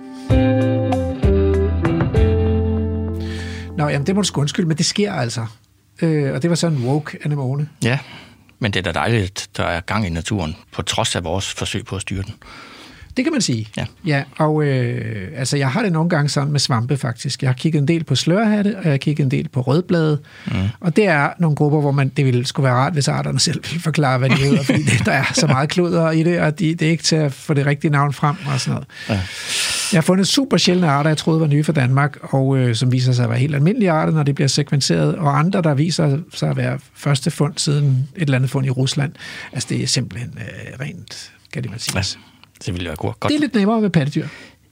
Nå, jamen det må du sgu undskylde, men det sker altså. Og det var sådan en woke anemone. Ja, men det er da dejligt, der er gang i naturen, på trods af vores forsøg på at styre den. Det kan man sige. Ja, og altså jeg har det nogle gange sådan med svampe faktisk. Jeg har kigget en del på slørhatte, og jeg har kigget en del på rødblade. Og det er nogle grupper, hvor det ville skulle være rart, hvis arterne selv ville forklare, hvad de hedder, fordi der er så meget kluder i det, og det er ikke til at få det rigtige navn frem og sådan noget. Ja. Jeg har fundet super sjældne arter, jeg troede var nye for Danmark, og som viser sig at være helt almindelige arter, når de bliver sekventeret, og andre, der viser sig at være første fund siden et eller andet fund i Rusland. Altså det er simpelthen rent, kan det man sige. Ja. Det ville være godt. Det er lidt nemmere med pattedyr.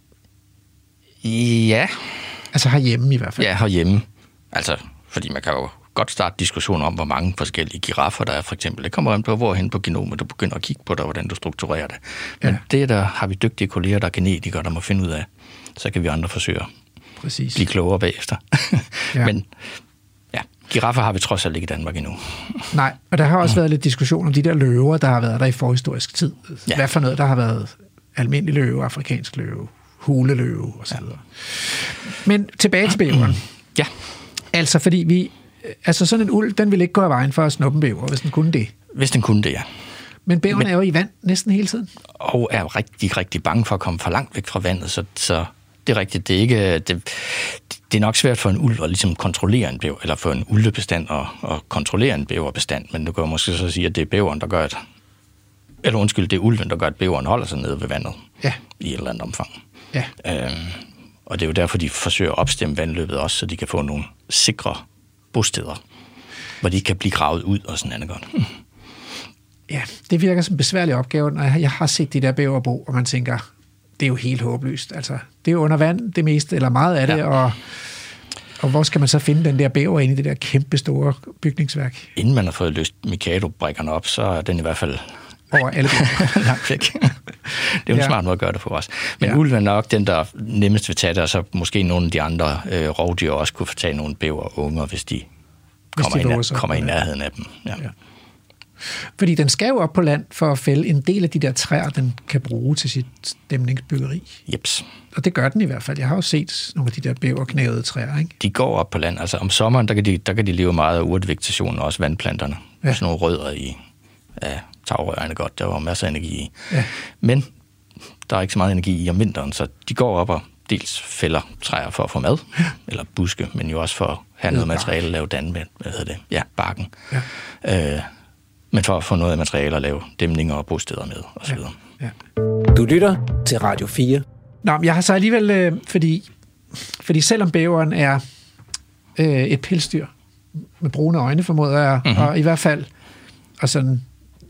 Ja. Altså herhjemme i hvert fald. Ja, herhjemme. Altså, fordi man kan jo godt starte diskussioner om, hvor mange forskellige giraffer der er, for eksempel. Det kommer an på, hvorhen på genomet du begynder at kigge på det, og hvordan du strukturerer det. Men det der har vi dygtige kolleger, der er genetikere, der må finde ud af. Så kan vi andre forsøge at blive klogere bagefter. Men ja, giraffer har vi trods alt ikke i Danmark endnu. Nej, og der har også været lidt diskussion om de der løver, der har været der i forhistorisk tid. Ja. Hvad for noget, der har været almindelig løve, afrikansk løve, huleløve osv. Ja. Men tilbage til bæveren. Ja. Altså, fordi sådan en ulv, den ville ikke gå af vejen for at snuppe en bæver, hvis den kunne det. Hvis den kunne det, ja. Men bæveren er jo i vand næsten hele tiden. Og er rigtig, rigtig bange for at komme for langt væk fra vandet, så det er rigtigt. Det er ikke... Det er nok svært for en ulv at ligesom kontrollere en bæver, eller for en ulvebestand at kontrollere en bæverbestand, men du kan jo måske så sige, at det er bæveren, der gør det er ulven, der gør, at bæveren holder sig nede ved vandet i et eller andet omfang. Ja. Og det er jo derfor, de forsøger at opstemme vandløbet også, så de kan få nogle sikre bosteder, hvor de kan blive gravet ud og sådan andet godt. Ja, det virker som en besværlig opgave, når jeg har set de der bæverbo, og man tænker, det er jo helt håbløst. Altså, det er jo under vand, det meste, eller meget af det, og hvor skal man så finde den der bæver inde i det der kæmpe store bygningsværk? Inden man har fået løst Mikado-brikkerne op, så er den i hvert fald over alle langt væk. Det er jo en smart måde at gøre det for os. Men ulven er nok den, der nemmest vil tage det, og så måske nogle af de andre rovdyr også kunne få tage nogle bæverunger, hvis de kommer i nærheden af dem. Ja. Fordi den skal jo op på land for at fælde en del af de der træer, den kan bruge til sit dæmningsbyggeri. Jeps. Og det gør den i hvert fald. Jeg har jo set nogle af de der bæverknævede træer, ikke? De går op på land. Altså om sommeren, der kan de leve meget af urtevegetationen, og også vandplanterne. Ja. Sådan nogle rødder af tagrørene godt. Der var masser af energi i. Ja. Men der er ikke så meget energi i om vinteren, så de går op og dels fælder træer for at få mad, eller buske, men jo også for at have noget materiale at lave barken. Ja. Men for at få noget af materiale at lave dæmninger og bosteder med, osv. Ja. Du lytter til Radio 4. Nå, men jeg har så alligevel, fordi selvom bæveren er et pelsdyr med brune øjne, formoder jeg, og i hvert fald og sådan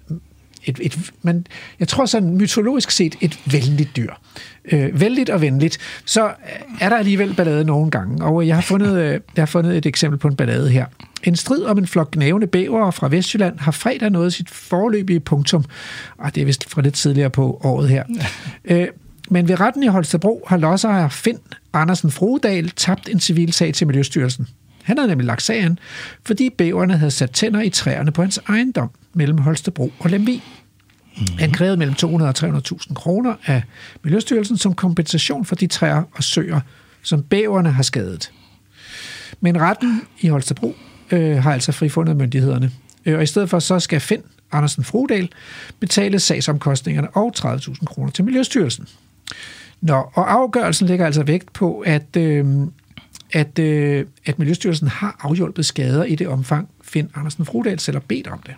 men jeg tror sådan mytologisk set et venligt dyr. Vældigt og venligt, så er der alligevel ballade nogle gange, og jeg har fundet et eksempel på en ballade her. En strid om en flok gnavende bævere fra Vestjylland har fredag nået sit foreløbige punktum, og det er vist fra lidt tidligere på året her. Men ved retten i Holstebro har lodsejer Finn Andersen Frodal tabt en civilsag til Miljøstyrelsen. Han havde nemlig lagt sagen, fordi bæverne havde sat tænder i træerne på hans ejendom mellem Holstebro og Lemvig. Han krævede mellem 200 og 300.000 kroner af Miljøstyrelsen som kompensation for de træer og søer, som bæverne har skadet. Men retten i Holstebro har altså frifundet myndighederne. Og i stedet for så skal Finn Andersen Frodal betale sagsomkostningerne og 30.000 kroner til Miljøstyrelsen. Og afgørelsen lægger altså vægt på, at Miljøstyrelsen har afhjulpet skader i det omfang, Finn Andersen Frodal selv har bedt om det.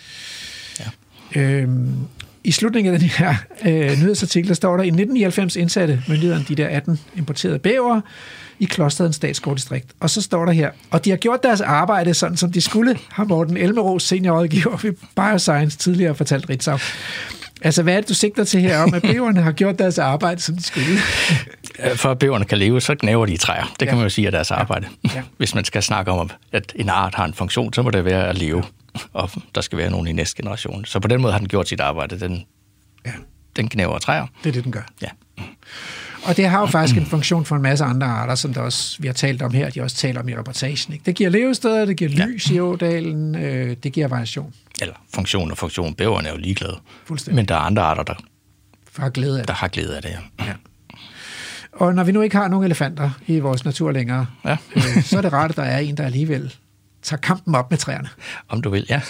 Ja. I slutningen af den her nyhedsartikel, der står der, i 1999 indsatte myndighederne de der 18 importerede bævere i Klosterheden Statsgårddistrikt. Og så står der her, og de har gjort deres arbejde sådan, som de skulle, har Morten Elmeros, seniorrådgiver ved Bioscience, tidligere fortalt Ritzau. Altså, hvad er det, du sigter til her om, at bæverne har gjort deres arbejde, som de skulle? For at bæverne kan leve, så gnaver de i træer. Det kan man jo sige er deres arbejde. Ja. Hvis man skal snakke om, at en art har en funktion, så må det være at leve, og der skal være nogen i næste generation. Så på den måde har den gjort sit arbejde. Den Den gnæver træer. Det er det, den gør. Ja. Og det har jo faktisk en funktion for en masse andre arter, som der også, vi har talt om her, de også taler om i reportagen. Ikke? Det giver levesteder, det giver lys i ådalen, det giver variation. Eller funktion og funktion. Bæveren er jo ligeglade. Fuldstændig. Men der er andre arter, der har glæde af det. har glæde af det, ja. Og når vi nu ikke har nogen elefanter i vores natur længere, så er det rart, at der er en, der alligevel tager kampen op med træerne. Om du vil, ja.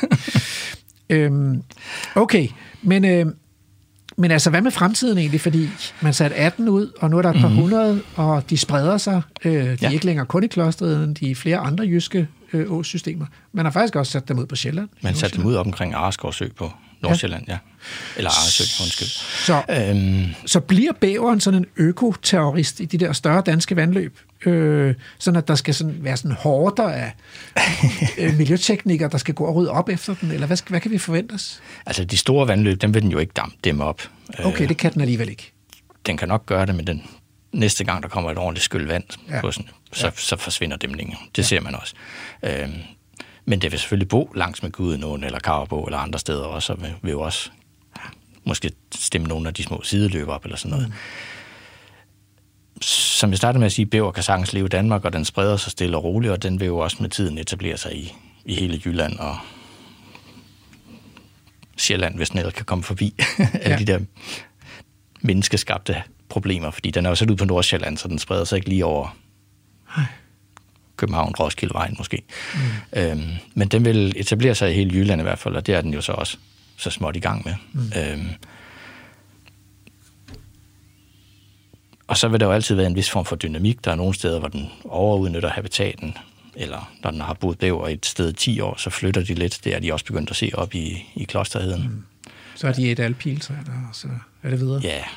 Okay, men altså, hvad med fremtiden egentlig? Fordi man satte 18 ud, og nu er der et par hundrede, og de spreder sig. De er ikke længere kun i klosteret, de er flere andre jyske åsystemer. Man har faktisk også sat dem ud på Sjælland. Man satte dem ud op omkring Areskovsø på Nordsjælland, ja. Eller Aresø, undskyld. Så bliver bæveren sådan en økoterrorist i de der større danske vandløb? Sådan at der skal sådan være sådan horder af miljøteknikere, der skal gå og rydde op efter den? Eller hvad kan vi forvente os? Altså, de store vandløb, dem vil den jo ikke dæmme op. Okay, det kan den alligevel ikke. Den kan nok gøre det, men den næste gang, der kommer et ordentligt skyld vand på sådan, så forsvinder dæmningen. Det ser man også. Men det vil selvfølgelig bo langs med Gudenåen eller Karebog eller andre steder også, og vil jo også måske stemme nogle af de små sideløb op eller sådan noget. Som jeg startede med at sige, bæver kan sagtens leve i Danmark, og den spreder sig stille og roligt, og den vil jo også med tiden etablere sig i hele Jylland og Sjælland, hvis den ellers kan komme forbi alle de der menneskeskabte problemer, fordi den er jo sat ud på Nordsjælland, så den spreder sig ikke lige over København, Roskildevejen måske. Men den vil etablere sig i hele Jylland i hvert fald, og det er den jo så også så småt i gang med. Og så vil der jo altid være en vis form for dynamik. Der er nogle steder, hvor den overudnytter habitaten, eller når den har boet bæver et sted 10 år, så flytter de lidt. Det er de også begyndt at se op i Klosterheden. Så er de et alpiltræ, og så er det videre. Ja.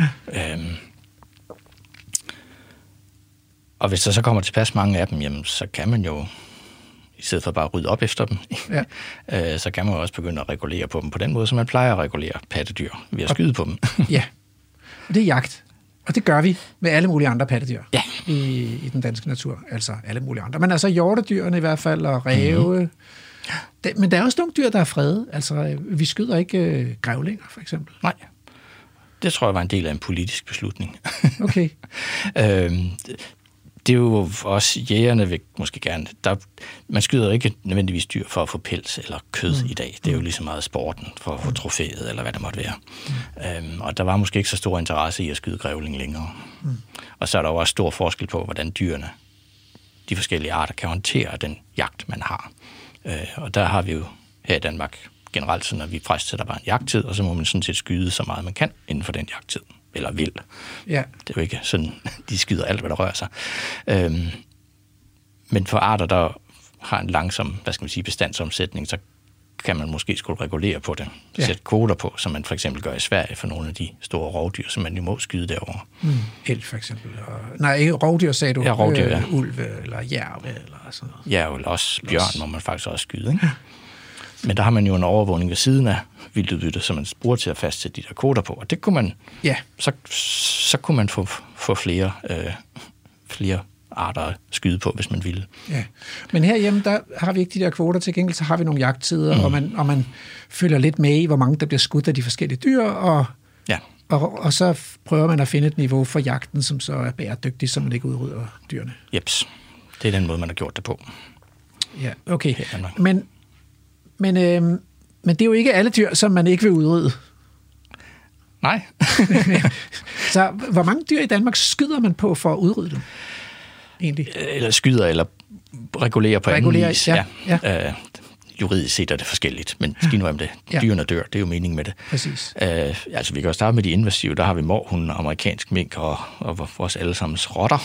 Og hvis der så kommer tilpas mange af dem, jamen, så kan man jo, i stedet for bare at rydde op efter dem, så kan man jo også begynde at regulere på dem på den måde, som man plejer at regulere pattedyr ved at skyde på dem. Ja, og det er jagt. Og det gør vi med alle mulige andre pattedyr i den danske natur. Altså alle mulige andre. Men altså hjortedyrene i hvert fald, og ræve. Men der er også nogle dyr, der er fredet. Altså, vi skyder ikke grævlinger, for eksempel. Nej. Det tror jeg var en del af en politisk beslutning. Okay. Det er jo også, jægerne vil måske gerne, man skyder ikke nødvendigvis dyr for at få pels eller kød i dag. Det er jo lige så meget sporten for at få trofæet, eller hvad det måtte være. Og der var måske ikke så stor interesse i at skyde grævling længere. Og så er der jo også stor forskel på, hvordan dyrene, de forskellige arter, kan håndtere den jagt, man har. Og der har vi jo her i Danmark generelt sådan, at vi præstsætter bare en jagttid, og så må man sådan set skyde så meget man kan inden for den jagttid. Eller vil. Ja. Det er jo ikke sådan, de skyder alt, hvad der rører sig. Men for arter, der har en langsom, bestandsomsætning, så kan man måske skulle regulere på det. Sætte kvoter på, som man for eksempel gør i Sverige for nogle af de store rovdyr, som man jo må skyde derovre. Elg for eksempel. Nej, ikke rovdyr, sagde du. Ja, rovdyr, ja. Ulve eller jærv eller sådan noget. Ja, eller også bjørn må man faktisk også skyde, ikke? Men der har man jo en overvågning ved siden af vildtudbytte, som man bruger til at fastsætte de der kvoter på. Og det kunne man, så kunne man få flere arter at skyde på, hvis man ville. Ja. Men herhjemme, der har vi ikke de der kvoter. Til gengæld så har vi nogle jagttider, og man følger lidt med i, hvor mange der bliver skudt af de forskellige dyr, og så prøver man at finde et niveau for jagten, som så er bæredygtigt, så man ikke udrydder dyrene. Jeps. Det er den måde, man har gjort det på. Ja, okay. Men det er jo ikke alle dyr, som man ikke vil udrydde. Nej. Så hvor mange dyr i Danmark skyder man på for at udrydde dem? Egentlig? Eller skyder, eller regulerer på anden vis. Ja. Juridisk set er det forskelligt, men skidt nu om det. Dyrene dør, det er jo meningen med det. Præcis. Altså, vi kan jo starte med de invasive. Der har vi mårhunde, amerikansk mink og vores allesammens rotter.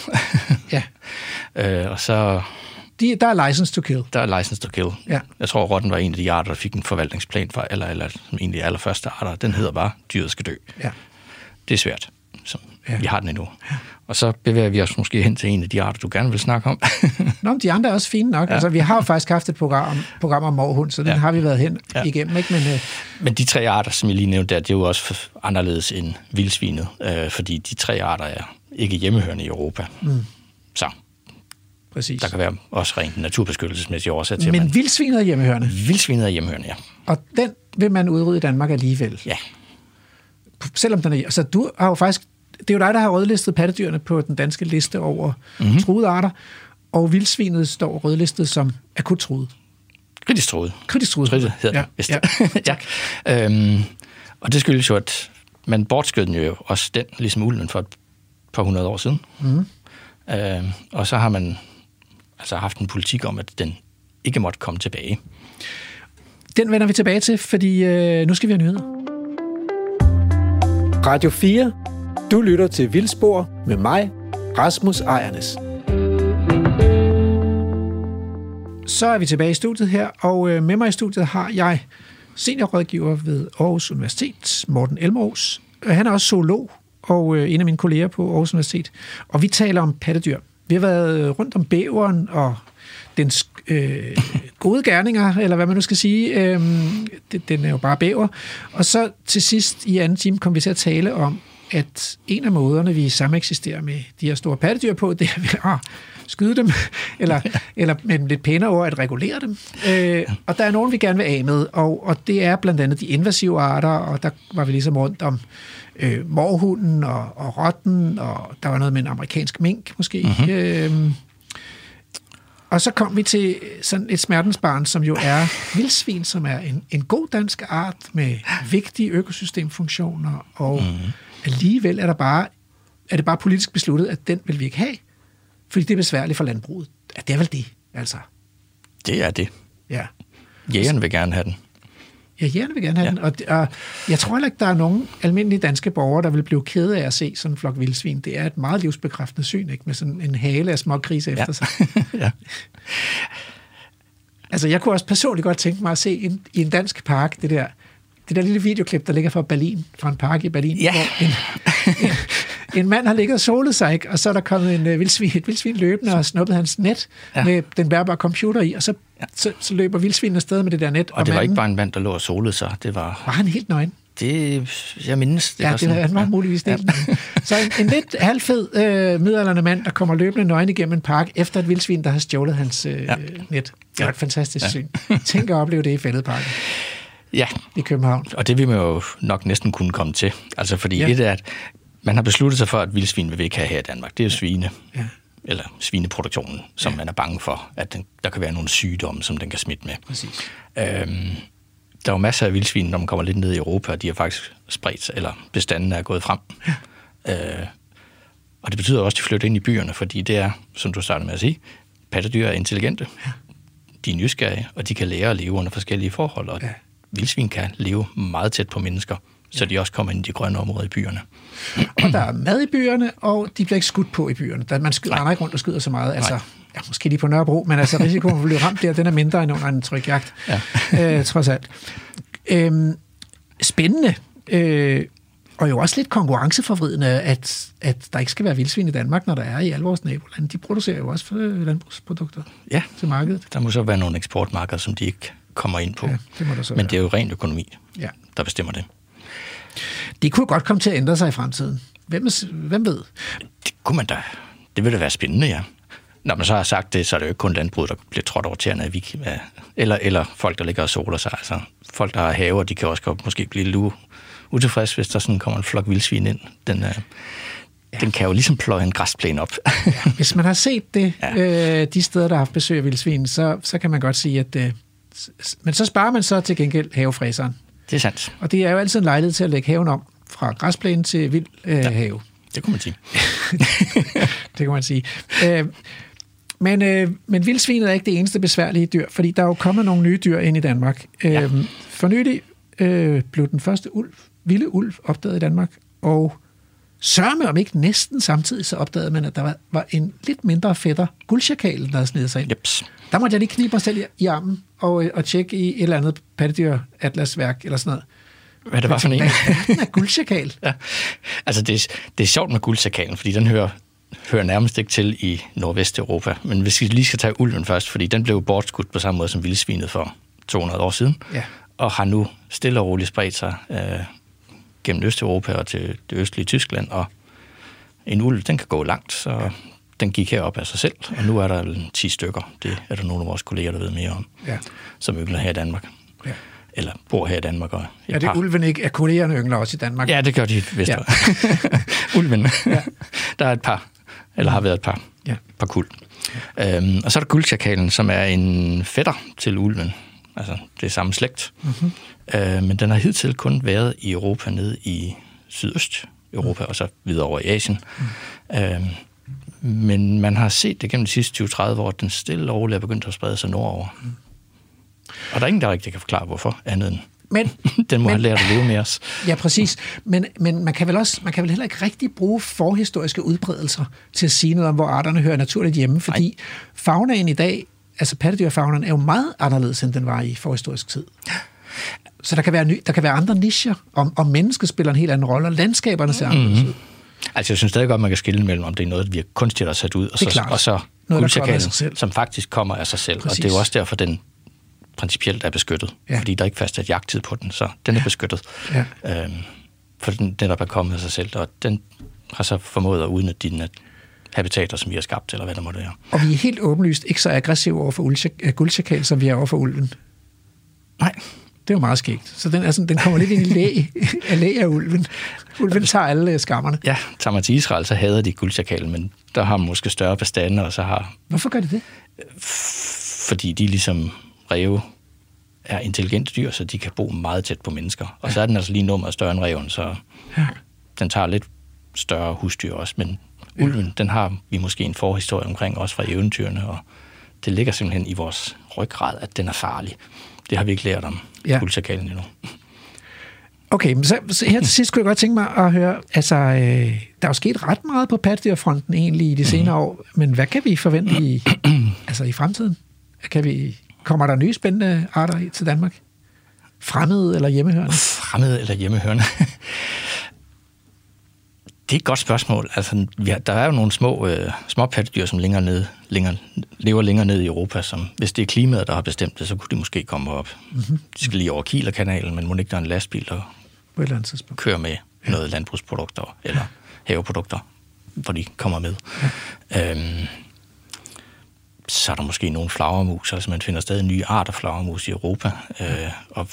Og så... Der er license to kill. Der er license to kill. Ja. Jeg tror, rotten var en af de arter, der fik en forvaltningsplan for, eller som en af de allerførste arter. Den hedder bare, dyret skal dø. Ja. Det er svært. Vi har den endnu. Ja. Og så bevæger vi os måske hen til en af de arter, du gerne vil snakke om. Nå, de andre er også fine nok. Ja. Altså, vi har jo faktisk haft et program om mårhund, så den har vi været hen igennem. Ikke? Men de 3 arter, som jeg lige nævnte der, det er jo også anderledes end vildsvinet, fordi de 3 arter er ikke hjemmehørende i Europa. Så præcis. Der kan være også rent naturbeskyttelsesmæssige årsager til. Men vildsvinet er hjemmehørende? Vildsvinet er hjemmehørende, ja. Og den vil man udrydde i Danmark alligevel? Ja. selvom den er... Altså, du har jo faktisk... Det er jo dig, der har rødlistet pattedyrene på den danske liste over truede arter, og vildsvinet står rødlistet som akut truet. Kritisk truet. Kritisk truet. Hedder det. Ja. Og det skyldes jo, at man bortskød den jo også den, ligesom ulven for et par 100 år siden. Og så har man altså haft en politik om, at den ikke måtte komme tilbage. Den vender vi tilbage til, fordi nu skal vi have nyheder. Radio 4. Du lytter til Vildspor med mig, Rasmus Ejernes. Så er vi tilbage i studiet her, og med mig i studiet har jeg seniorrådgiver ved Aarhus Universitet, Morten Elmros. Han er også zoolog og en af mine kolleger på Aarhus Universitet. Og vi taler om pattedyr. Vi har været rundt om bæveren og dens gode gerninger, eller hvad man nu skal sige. Den er jo bare bæver. Og så til sidst i anden time kom vi til at tale om, at en af måderne, vi sameksisterer med de her store pattedyr på, det er at skyde dem, eller med en lidt pænere ord, at regulere dem. Og der er nogen, vi gerne vil af med, og det er blandt andet de invasive arter, og der var vi ligesom rundt om mårhunden og rotten, og der var noget med en amerikansk mink måske. Og så kom vi til sådan et smertensbarn, som jo er vildsvin, som er en god dansk art med vigtige økosystemfunktioner, og alligevel er det bare politisk besluttet, at den vil vi ikke have, fordi det er besværligt for landbruget. Ja, det er vel det, altså. Det er det. Ja. Jægerne vil gerne have den. Ja, jægerne vil gerne have den. Og jeg tror heller ikke, der er nogen almindelige danske borgere, der vil blive kede af at se sådan en flok vildsvin. Det er et meget livsbekræftende syn, ikke? Med sådan en hale af små grise efter sig. Ja. Altså, jeg kunne også personligt godt tænke mig at se i en dansk park, det der lille videoklip, der ligger fra Berlin, fra en park i Berlin, hvor en mand har ligget og solet sig, ikke? Og så er der kommet et vildsvin løbende og snuppet hans net med den bærbare computer i, og så løber vildsvinen afsted med det der net. Og det var ikke bare en mand, der lå og solede sig. Det var han helt nøgen? Jeg mindes. Han var muligvis det. Så en lidt halvfed midaldrende mand, der kommer løbende nøgen igennem en park, efter et vildsvin, der har stjålet hans net. Det var et fantastisk syn. Tænk at opleve det i Fælledparken. Ja. I København. Og det vil man jo nok næsten kunne komme til. Altså fordi et er, at man har besluttet sig for, at vildsvin vil vi ikke have her i Danmark. Det er jo svine. Ja. Eller svineproduktionen, som man er bange for, at der kan være nogle sygdomme, som den kan smitte med. Præcis. Der er jo masser af vildsvin, når man kommer lidt ned i Europa, og de har faktisk spredt, eller bestanden er gået frem. Ja. Og det betyder også, at de flytter ind i byerne, fordi det er, som du startede med at sige, pattedyr er intelligente. Ja. De er nysgerrige, og de kan lære at leve under forskellige forhold, og vildsvin kan leve meget tæt på mennesker, så de også kommer ind i de grønne områder i byerne. Og der er mad i byerne, og de bliver ikke skudt på i byerne. Man render ikke rundt og skyder så meget. Altså, måske lige på Nørrebro, men altså risikoen for at blive ramt der, den er mindre end under en trygjagt. Ja. Trods alt. Spændende. Og jo også lidt konkurrenceforvridende, at der ikke skal være vildsvin i Danmark, når der er i alle vores nabolande. De producerer jo også landbrugsprodukter til markedet. Der må så være nogle eksportmarkeder, som de ikke kommer ind på. Ja, det må der så men det er jo ren økonomi, der bestemmer det. Det kunne godt komme til at ændre sig i fremtiden. Hvem ved? Det kunne man da. Det ville da være spændende, ja. Når man så har sagt det, så er det jo ikke kun landbruget, der bliver trådt over tæerne af eller folk, der ligger og soler sig. Altså, folk, der har haver, de kan også godt måske blive lidt utilfreds, hvis der sådan kommer en flok vildsvin ind. Den kan jo ligesom pløje en græsplæne op. Hvis man har set det, de steder, der har haft besøg af vildsvin, så kan man godt sige, at... men så sparer man så til gengæld havefræseren. Det er sandt. Og det er jo altid en lejlighed til at lægge haven om fra græsplæne til vild have. Det kunne man sige. Det kan man sige. Men vildsvinet er ikke det eneste besværlige dyr, fordi der er jo kommet nogle nye dyr ind i Danmark. For nylig blev den første vilde ulv opdaget i Danmark, og sørme om ikke næsten samtidig, så opdagede man, at der var en lidt mindre fætter, guldsjakalen, der havde snedet sig ind. Jeps. Der måtte jeg lige knibe mig selv i armen og tjekke i et eller andet pattedyr-atlasværk eller sådan noget. Hvad det var for en? Den er guldsjakal. Ja. Altså, det er sjovt med guldsjakalen, fordi den hører nærmest ikke til i Nordvesteuropa. Men hvis vi lige skal tage ulven først, fordi den blev bortskudt på samme måde som vildsvinet for 200 år siden, og har nu stille og roligt spredt sig gennem Østeuropa og til det østlige Tyskland, og en ulv, den kan gå langt, så den gik herop af sig selv, og nu er der 10 stykker. Det er der nogle af vores kolleger, der ved mere om, som yngler her i Danmark. eller bor her i Danmark. Og ja, det er ulven ikke. Er kollegerne yngler også i Danmark? Ja, det gør de vist. Ja. Ulven. Ja. Der er et par, eller har været et par kuld. Ja. Og så er der guldsjakalen, som er en fætter til ulven. Altså, det er samme slægt. Mm-hmm. Men den har hidtil kun været i Europa, nede i Sydøst-Europa, og så videre over i Asien. Mm. Men man har set det gennem de sidste 20-30 år, at den stille og roligt er begyndt at sprede sig nordover. Mm. Og der er ingen, der rigtig kan forklare, hvorfor, andet end den må have lært at leve med os. Ja, præcis. Men man kan vel heller ikke rigtig bruge forhistoriske udbredelser til at sige noget om, hvor arterne hører naturligt hjemme, fordi faunaen i dag, altså pattedyrfaunaen, er jo meget anderledes, end den var i forhistorisk tid. Så der kan være andre nicher, og mennesket spiller en helt anden rolle, og landskaberne ser anderledes ud. Altså, jeg synes stadig godt, man kan skille mellem, om det er noget, vi har kunstigt har sat ud, og så guldsjakalen, som faktisk kommer af sig selv. Præcis. Og det er jo også derfor, den principielt er beskyttet. Ja. Fordi der er ikke fastsat jagttid på den, så den er beskyttet. Ja. For den netop er kommet af sig selv, og den har så formået at udnytte de habitater, som vi har skabt, eller hvad der måtte være. Og vi er helt åbenlyst ikke så aggressive over for guldsjakal, som vi er over for ulven. Nej. Det er jo meget skægt. Så den kommer lidt ind i læ af ulven. Ulven tager alle skammerne. Ja, tager man til Israel, så hader de guldsjakalen, men der har man måske større bestande, og så har... Hvorfor gør de det? Fordi de ligesom ræve er intelligente dyr, så de kan bo meget tæt på mennesker. Og så er den altså lige nummeret større end ræven, så den tager lidt større husdyr også. Men ulven, den har vi måske en forhistorie omkring, også fra eventyrene, og det ligger simpelthen i vores ryggrad, at den er farlig. Det har vi ikke lært om guldsjakalen endnu. Okay, men så her til sidst kunne jeg godt tænke mig at høre, altså, der er jo sket ret meget på pattedyrfronten egentlig i de senere år, men hvad kan vi forvente i fremtiden? Kommer der nye spændende arter til Danmark? Fremmede eller hjemmehørende? Fremmede eller hjemmehørende? Det er et godt spørgsmål. Altså, der er jo nogle små pattedyr, som lever længere ned i Europa, som hvis det er klimaet, der har bestemt det, så kunne de måske komme op. Mm-hmm. De skal lige over Kielerkanalen, men må ikke der er en lastbil, der kører med noget landbrugsprodukter eller haveprodukter, hvor de kommer med. Ja. Så er der måske nogle flagermus, altså man finder stadig nye arter flagermus i Europa, og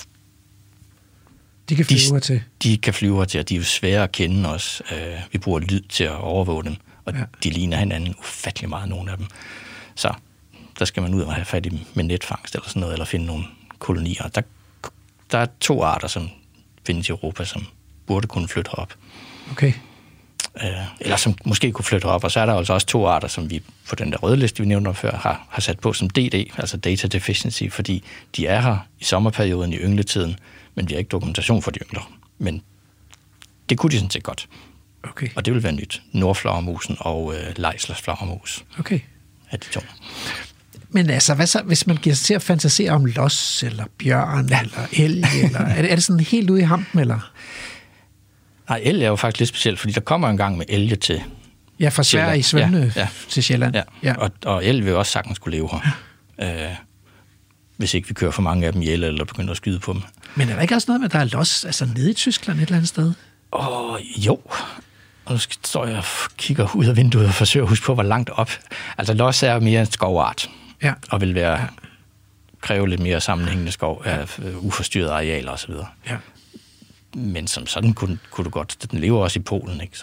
de kan flyve hertil. De kan flyve hertil, og de er jo svære at kende os. Vi bruger lyd til at overvåge dem, og de ligner hinanden ufattelig meget, nogle af dem. Så der skal man ud og have fat i med netfangst eller sådan noget, eller finde nogle kolonier. Der er 2 arter, som findes i Europa, som burde kunne flytte op. Okay. Eller som måske kunne flytte op, og så er der altså også 2 arter, som vi på den der røde liste, vi nævnte før, har sat på som DD, altså Data Deficiency, fordi de er her i sommerperioden i yngletiden, men vi har ikke dokumentation for de yngler. Men det kunne de sådan set godt. Okay. Og det vil være nyt. Nordflagermusen og Leislers flagermus. Okay. Er de 2. Men altså, hvad så, hvis man giver sig til at fantasere om los, eller bjørn, eller elg, eller er det sådan helt ude i hampen, eller? Nej, elg er jo faktisk lidt specielt, fordi der kommer en gang med elge til. Ja, fra Sverige i svømmende til Sjælland. Ja. Og elg vil også sagtens kunne leve her. Hvis ikke vi kører for mange af dem ihjel, eller begynder at skyde på dem. Men er der ikke også noget med, at der er los, altså nede i Tyskland et eller andet sted? Jo. Og nu står jeg og kigger ud af vinduet og forsøger at huske på, hvor langt op. Altså los er mere en skovart, og vil kræve lidt mere sammenhængende skov af uforstyrrede arealer osv. Ja. Men som sådan kunne du godt, den lever også i Polen, ikke?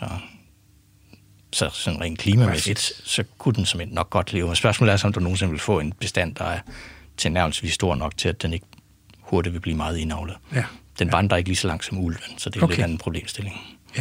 Så sådan rent klimamæssigt, så kunne den simpelthen nok godt leve. Men spørgsmålet er, om du nogensinde vil få en bestand, der er tilnærmelsesvis stor nok til, at den ikke hurtigt vil blive meget indavlet. Ja. Den vandrer ikke lige så langt som ulven, så det er lidt anden problemstilling. Ja.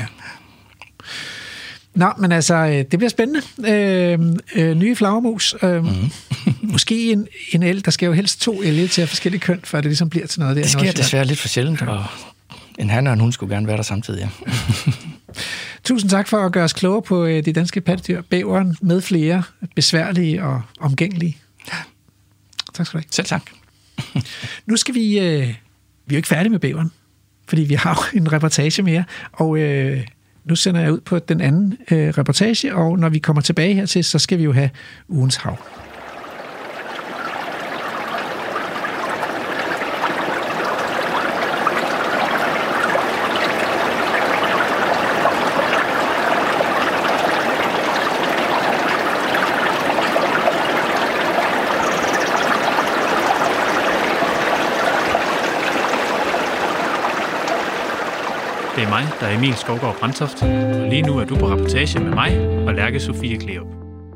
Nå, men altså, det bliver spændende. Nye flagermus. Måske en elg. Der skal jo helst 2 elge til forskellige køn, før det ligesom bliver til noget der. Det sker desværre lidt for sjældent, og en han og en hun skulle gerne være der samtidig, ja. Tusind tak for at gøre os klogere på de danske pattedyr. Bæveren med flere besværlige og omgængelige. Tak skal du have. Selv tak. Nu skal vi er jo ikke færdige med bæveren, fordi vi har en reportage mere, og nu sender jeg ud på den anden reportage, og når vi kommer tilbage hertil, så skal vi jo have ugens hav. Det er mig, der er Emil Skovgaard Brandtoft, og lige nu er du på reportage med mig og Lærke Sofie Kleop.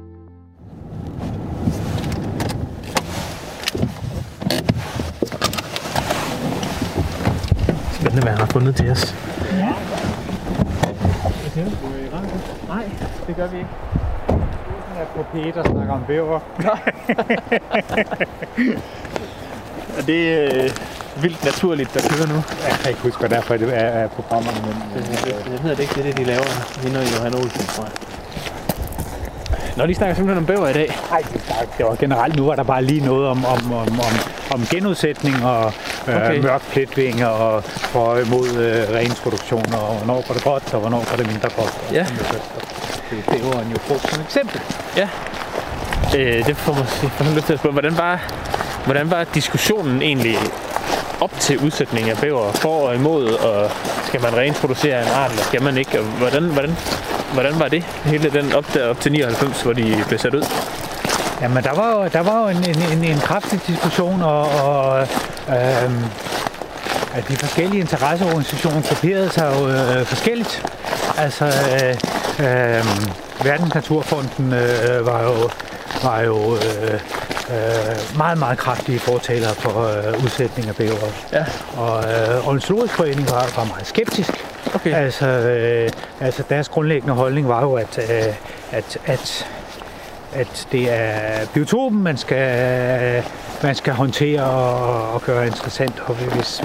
Spændende, hvad han har fundet til os. Ja. Nej, det gør vi ikke. Jeg er på Peter snakker om bæver. Og det er vildt naturligt, der kører nu. Jeg kan ikke huske, hvad derfor det er programmerne. Men jeg ved det ikke, det er det, de laver. Hende og Johan Olsen, tror jeg. Nå, de snakker simpelthen om bæver i dag. Nej, det var generelt. Nu var der bare lige noget om genudsætning og mørk pletvinger og for imod reintroduktion, og hvornår går det godt, og hvornår går det mindre godt. Ja. Det var jo brugt som eksempel. Ja. Det får mig lyst til at spørge. Hvordan var diskussionen egentlig op til udsætning af bæver, for og imod, og skal man reintroducere en art, eller skal man ikke? Og hvordan var det, hele den op til 99, hvor de blev sat ud? Jamen, der var jo en kraftig diskussion, og at de forskellige interesseorganisationer grupperede sig jo forskelligt. Altså, Verdensnaturfonden var jo meget, meget kraftige fortalere for udsætning af bæver. Ja. Og Ornitologisk Forening var meget skeptisk. Okay. Altså deres grundlæggende holdning var jo, at det er biotopen, man skal håndtere og gøre interessant. Og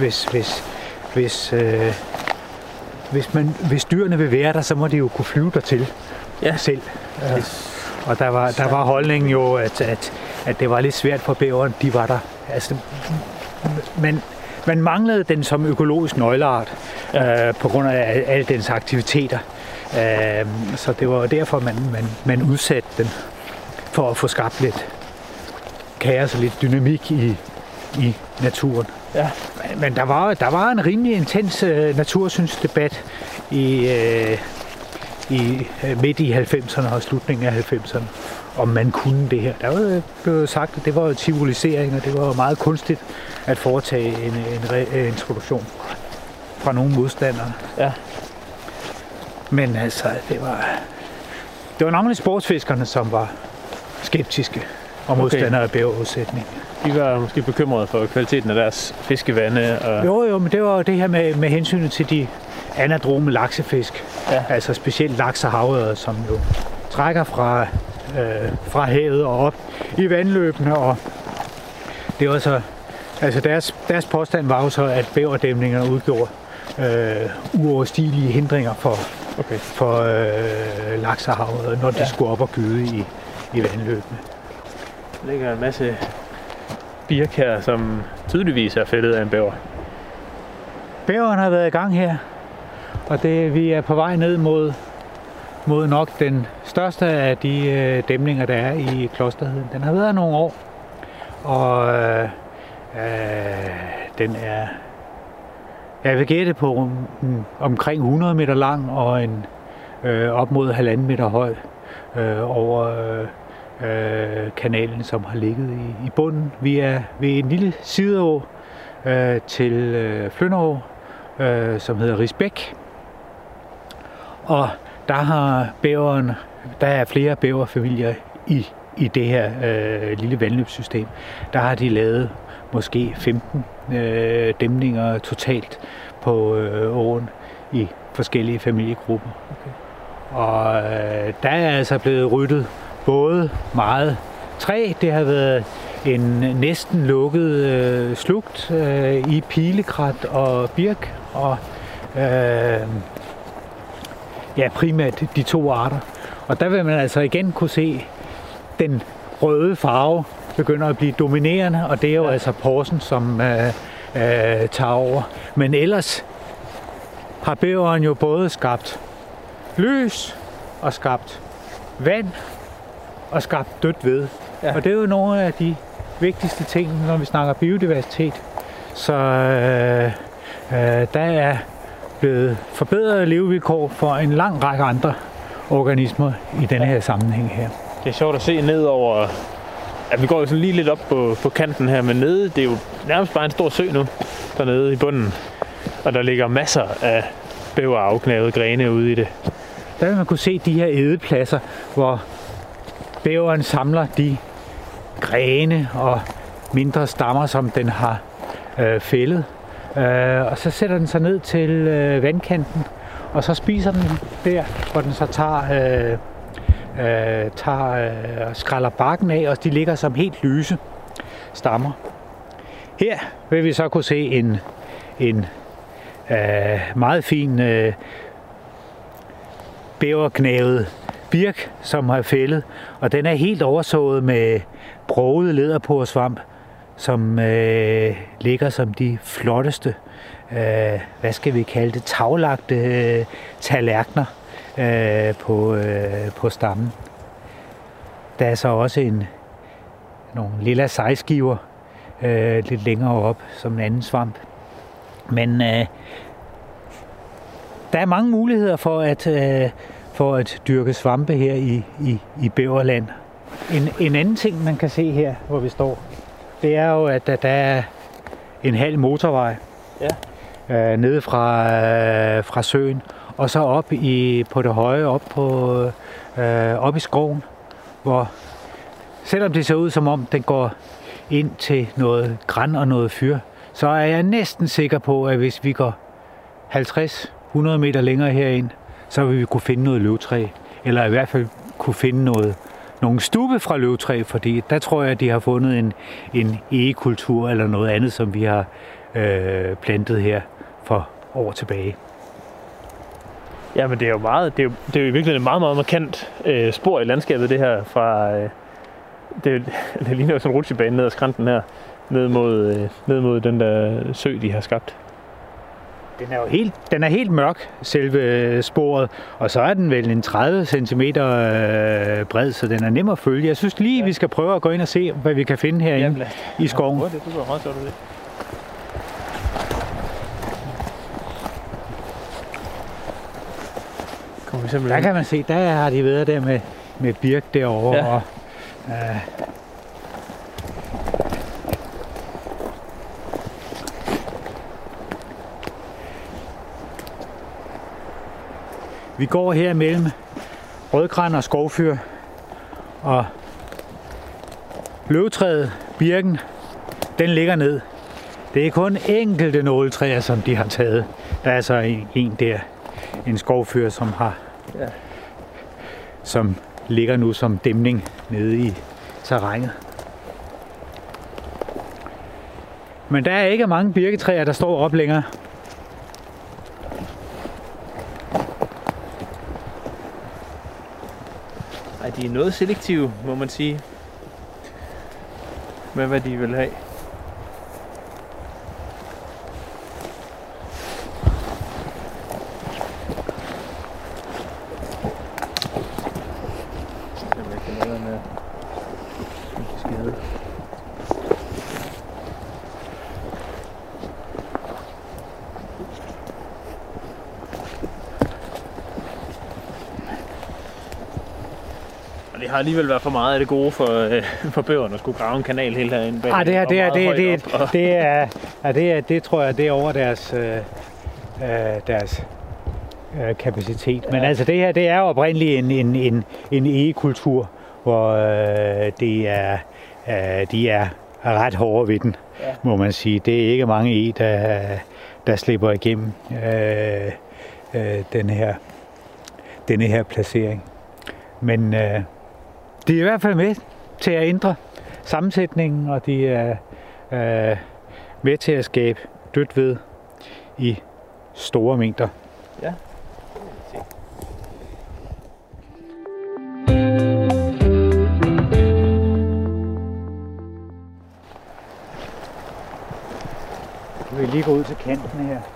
hvis dyrene vil være der, så må de jo kunne flyve dertil selv. Og der var holdningen jo, at det var lidt svært for bæveren, de var der. Altså, man manglede den som økologisk nøgleart på grund af alle dens aktiviteter. Så det var derfor, man udsatte den for at få skabt lidt kaos og lidt dynamik i naturen. Ja. Men der var en rimelig intens natursynsdebat midt i 90'erne og slutningen af 90'erne, om man kunne det her. Der var blevet sagt, at det var civilisering, og det var meget kunstigt at foretage en introduktion fra nogle modstandere. Ja. Men altså, det var navnlig sportsfiskerne, som var skeptiske og modstandere af bæverudsætning. De var måske bekymrede for kvaliteten af deres fiskevande. Og... Jo, men det var det her med hensynet til de anadrome laksefisk. Ja. Altså specielt laks og havørred, som jo trækker fra havet og op i vandløbene. Og det var så, altså deres påstand var jo så, at bæverdæmningerne udgjorde uoverstigelige hindringer for laks og havørred, når de skulle op og gyde i vandløbene. Der ligger en masse birk her, som tydeligvis er fældet af en bæver. Bæveren har været i gang her, og vi er på vej ned mod nok den største af de dæmninger, der er i Klosterheden. Den har været her nogle år, og den er, jeg vil gætte på omkring 100 meter lang og op mod 1,5 meter høj over kanalen, som har ligget i bunden. Vi er ved en lille sideå til Flynderå, som hedder Risbæk. Og der er flere bæverfamilier i det her lille vandløbssystem. Der har de lavet måske 15 dæmninger totalt på åen i forskellige familiegrupper. Okay. Og der er altså blevet ryddet både meget træ. Det har været en næsten lukket slugt i pilekrat og birk, og primært de to arter. Og der vil man altså igen kunne se den røde farve begynder at blive dominerende, og det er jo altså porsen, som tager over. Men ellers har bæveren jo både skabt lys og skabt vand og skabt dødt ved. Ja. Og det er jo nogle af de vigtigste ting, når vi snakker biodiversitet. Så der er blevet forbedret levevilkår for en lang række andre organismer i denne her sammenhæng her. Det er sjovt at se ned over. Ja, vi går jo sådan lige lidt op på kanten her, men nede, det er jo nærmest bare en stor sø nu, dernede i bunden. Og der ligger masser af bæverafknavede grene ude i det. Der vil man kunne se de her ædepladser, hvor bæveren samler de grene og mindre stammer, som den har fældet. Og så sætter den sig ned til vandkanten, og så spiser den der, hvor den så skræller barken af, og de ligger som helt lyse stammer. Her vil vi så kunne se en meget fin bæverknavet birk, som har fældet, og den er helt oversået med broget læderporesvamp, som ligger som de flotteste, hvad skal vi kalde det, taglagte tallerkener på stammen. Der er så også nogle lilla sejskiver lidt længere op, som en anden svamp. Men der er mange muligheder for at dyrke svampe her i Bæverland. En anden ting, man kan se her, hvor vi står, det er jo, at der er en halv motorvej nede fra søen, og så op på det høje, op i skoven, hvor selvom det ser ud som om den går ind til noget gran og noget fyr, så er jeg næsten sikker på, at hvis vi går 50-100 meter længere herind, så vil vi kunne finde noget løvtræ, eller i hvert fald kunne finde nogle stubbe fra løvtræ, fordi der tror jeg, at de har fundet en egekultur eller noget andet, som vi har plantet her for år tilbage. Ja, men det er jo meget, det er jo virkelig et meget, meget markant spor i landskabet, det her fra, det ligner jo sådan en rutsjebane ned ad skrænten her, ned mod den der sø, de har skabt. Den er helt mørk, selve sporet, og så er den vel en 30 cm bred, så den er nem at følge. Jeg synes lige, vi skal prøve at gå ind og se, hvad vi kan finde herinde i skoven. Ja, det var meget sjovt, det. Der kan man se, der har de været der med birk derovre. Ja. Og, vi går her mellem rødgran og skovfyr, og løvtræet, birken, den ligger ned. Det er kun enkelte nåletræer, som de har taget. Der er så en der, en skovfyr, som ligger nu som dæmning nede i terrænet. Men der er ikke mange birketræer, der står op længere. Ej, de er noget selektive, må man sige, med hvad de vil have. Det har alligevel været for meget af det gode for bæveren at skulle grave en kanal helt herinde bag. Det tror jeg, det er over deres kapacitet. Men altså det her, det er jo oprindeligt en egekultur, hvor de er ret hårde ved den, må man sige. Det er ikke mange der slipper igennem denne her placering. Men de er i hvert fald med til at ændre sammensætningen, og de er med til at skabe dødt ved i store mængder. Ja. Vi vil lige gå ud til kanten her.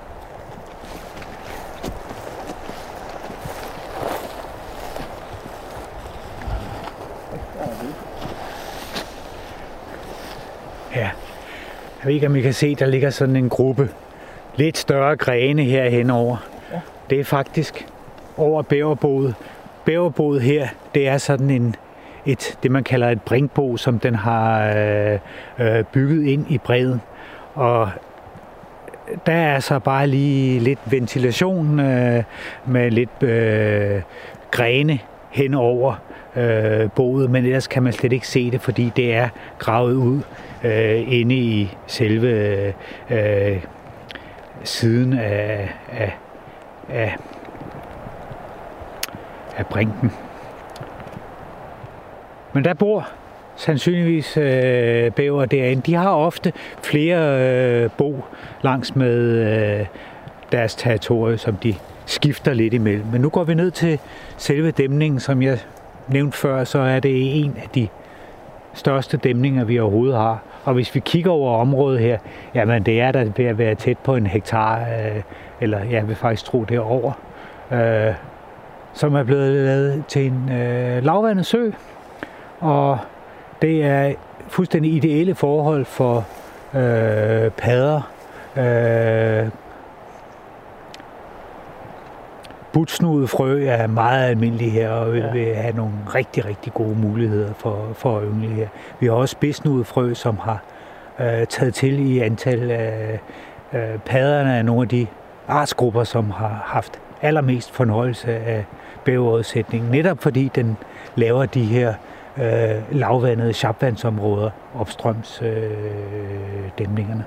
Ja, jeg ved ikke, om I kan se, der ligger sådan en gruppe lidt større grene her henover. Ja. Det er faktisk over bæverboet. Bæverboet her, det er sådan det man kalder et brinkbo, som den har bygget ind i bredden. Og der er så bare lige lidt ventilation med lidt grene hen over boet, men ellers kan man slet ikke se det, fordi det er gravet ud inde i selve siden af brinken. Men der bor sandsynligvis bæver derinde. De har ofte flere bo langs med deres territorie, som de skifter lidt imellem. Men nu går vi ned til selve dæmningen, som jeg nævnte før, så er det en af de største dæmninger, vi overhovedet har. Og hvis vi kigger over området her, jamen det er der ved at være tæt på 1 hektar, eller jeg vil faktisk tro derover, som er blevet lavet til en lavvandet sø. Og det er fuldstændig ideelle forhold for padder. Butsnudet frø er meget almindelig her, og vil have nogle rigtig, rigtig gode muligheder for at yngle her. Vi har også spidsnudet frø, som har taget til i antal af padderne af nogle af de artsgrupper, som har haft allermest fornøjelse af bæverudsætningen, netop fordi den laver de her lavvandede sharpvandsområder opstrøms dæmningerne.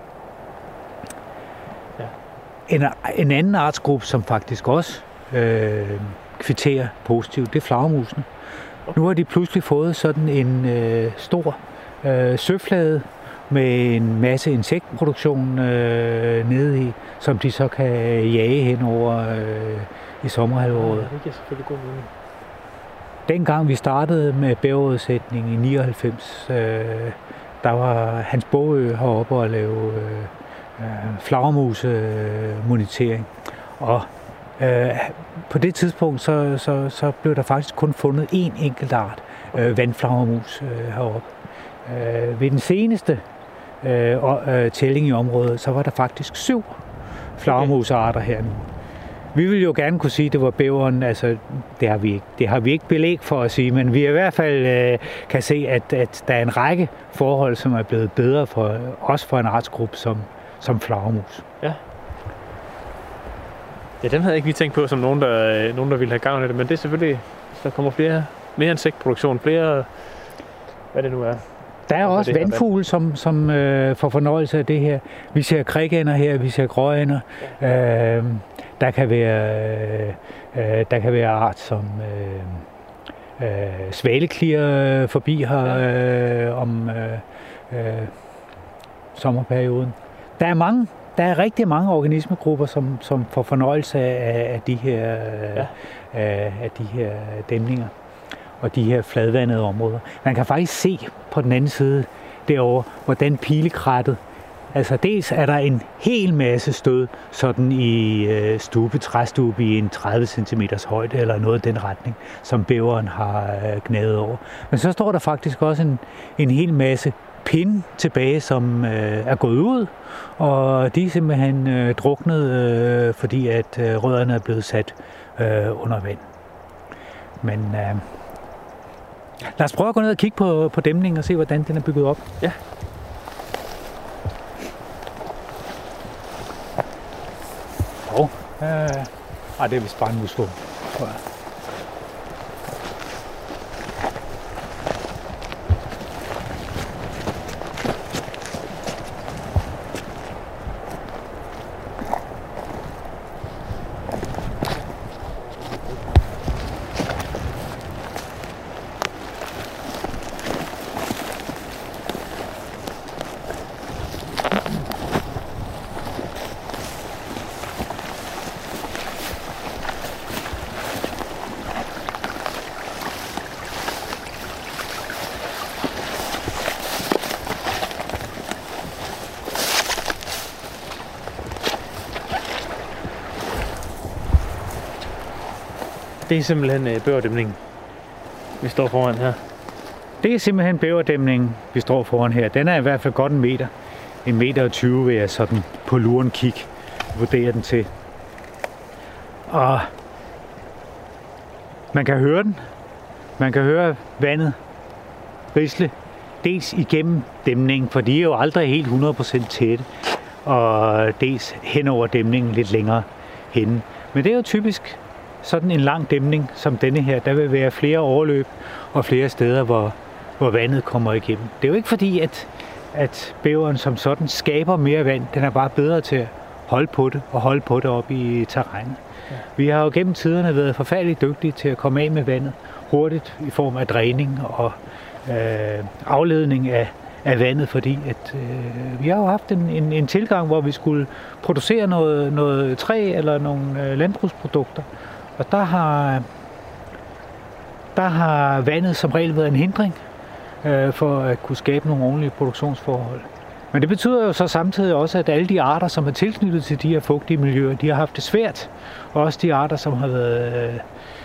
En anden artsgruppe, som faktisk også kvitterer positivt, det er flagermusene. Nu har de pludselig fået sådan en stor søflade med en masse insektproduktion nede i, som de så kan jage hen over i sommerhalvåret. Det giver selvfølgelig god mening. Dengang vi startede med bæverudsætning i 99, der var Hans Bogø heroppe og lave flagermusmonitering. Og på det tidspunkt så blev der faktisk kun fundet én enkelt art vandflagermus heroppe. Ved den seneste tælling i området, så var der faktisk 7 flagermusarter her nu. Vi vil jo gerne kunne sige, at det var bæveren, altså det har vi ikke belæg for at sige, men vi i hvert fald kan se, at der er en række forhold, som er blevet bedre også for en artsgruppe som flagermus. Ja. Ja, dem havde jeg ikke lige tænkt på som nogen, der ville have gavn af det, men det er selvfølgelig, der kommer mere insektproduktion, flere, hvad det nu er. Der er også vandfugle, som får fornøjelse af det her. Vi ser krikænder her, vi ser gråænder. Ja. Der kan være art som svaleklier forbi her om sommerperioden. Der er rigtig mange organismegrupper, som får fornøjelse af de her dæmninger og de her fladvandede områder. Man kan faktisk se på den anden side derovre, hvordan pilekrattet, altså dels er der en hel masse stød sådan i træstube i en 30 cm højde eller noget af den retning, som bæveren har gnavet over. Men så står der faktisk også en hel masse pinde tilbage, som er gået ud, og de er simpelthen druknet, fordi at rødderne er blevet sat under vand. Men lad os prøve at gå ned og kigge på dæmningen og se, hvordan den er bygget op. Ja. Det er vist bare en musvåg, tror jeg. Det er simpelthen bæverdæmningen, vi står foran her. Det er simpelthen bæverdæmningen, vi står foran her. Den er i hvert fald godt 1 meter. 1,20 meter vil jeg sådan på luren vurdere den til. Og man kan høre den. Man kan høre vandet risle dels igennem dæmningen, for de er jo aldrig helt 100% tætte. og dels hen over dæmningen lidt længere henne. Men det er jo typisk sådan en lang dæmning som denne her. Der vil være flere overløb og flere steder, hvor vandet kommer igennem. Det er jo ikke fordi, at bæveren som sådan skaber mere vand. Den er bare bedre til at holde på det op i terrænet. Ja. Vi har jo gennem tiderne været forfærdeligt dygtige til at komme af med vandet hurtigt i form af dræning og afledning af vandet, fordi vi har jo haft en tilgang, hvor vi skulle producere noget træ eller nogle landbrugsprodukter. Og der har vandet som regel været en hindring for at kunne skabe nogle ordentlige produktionsforhold. Men det betyder jo så samtidig også, at alle de arter, som er tilknyttet til de her fugtige miljøer, de har haft det svært. Og også de arter, som har været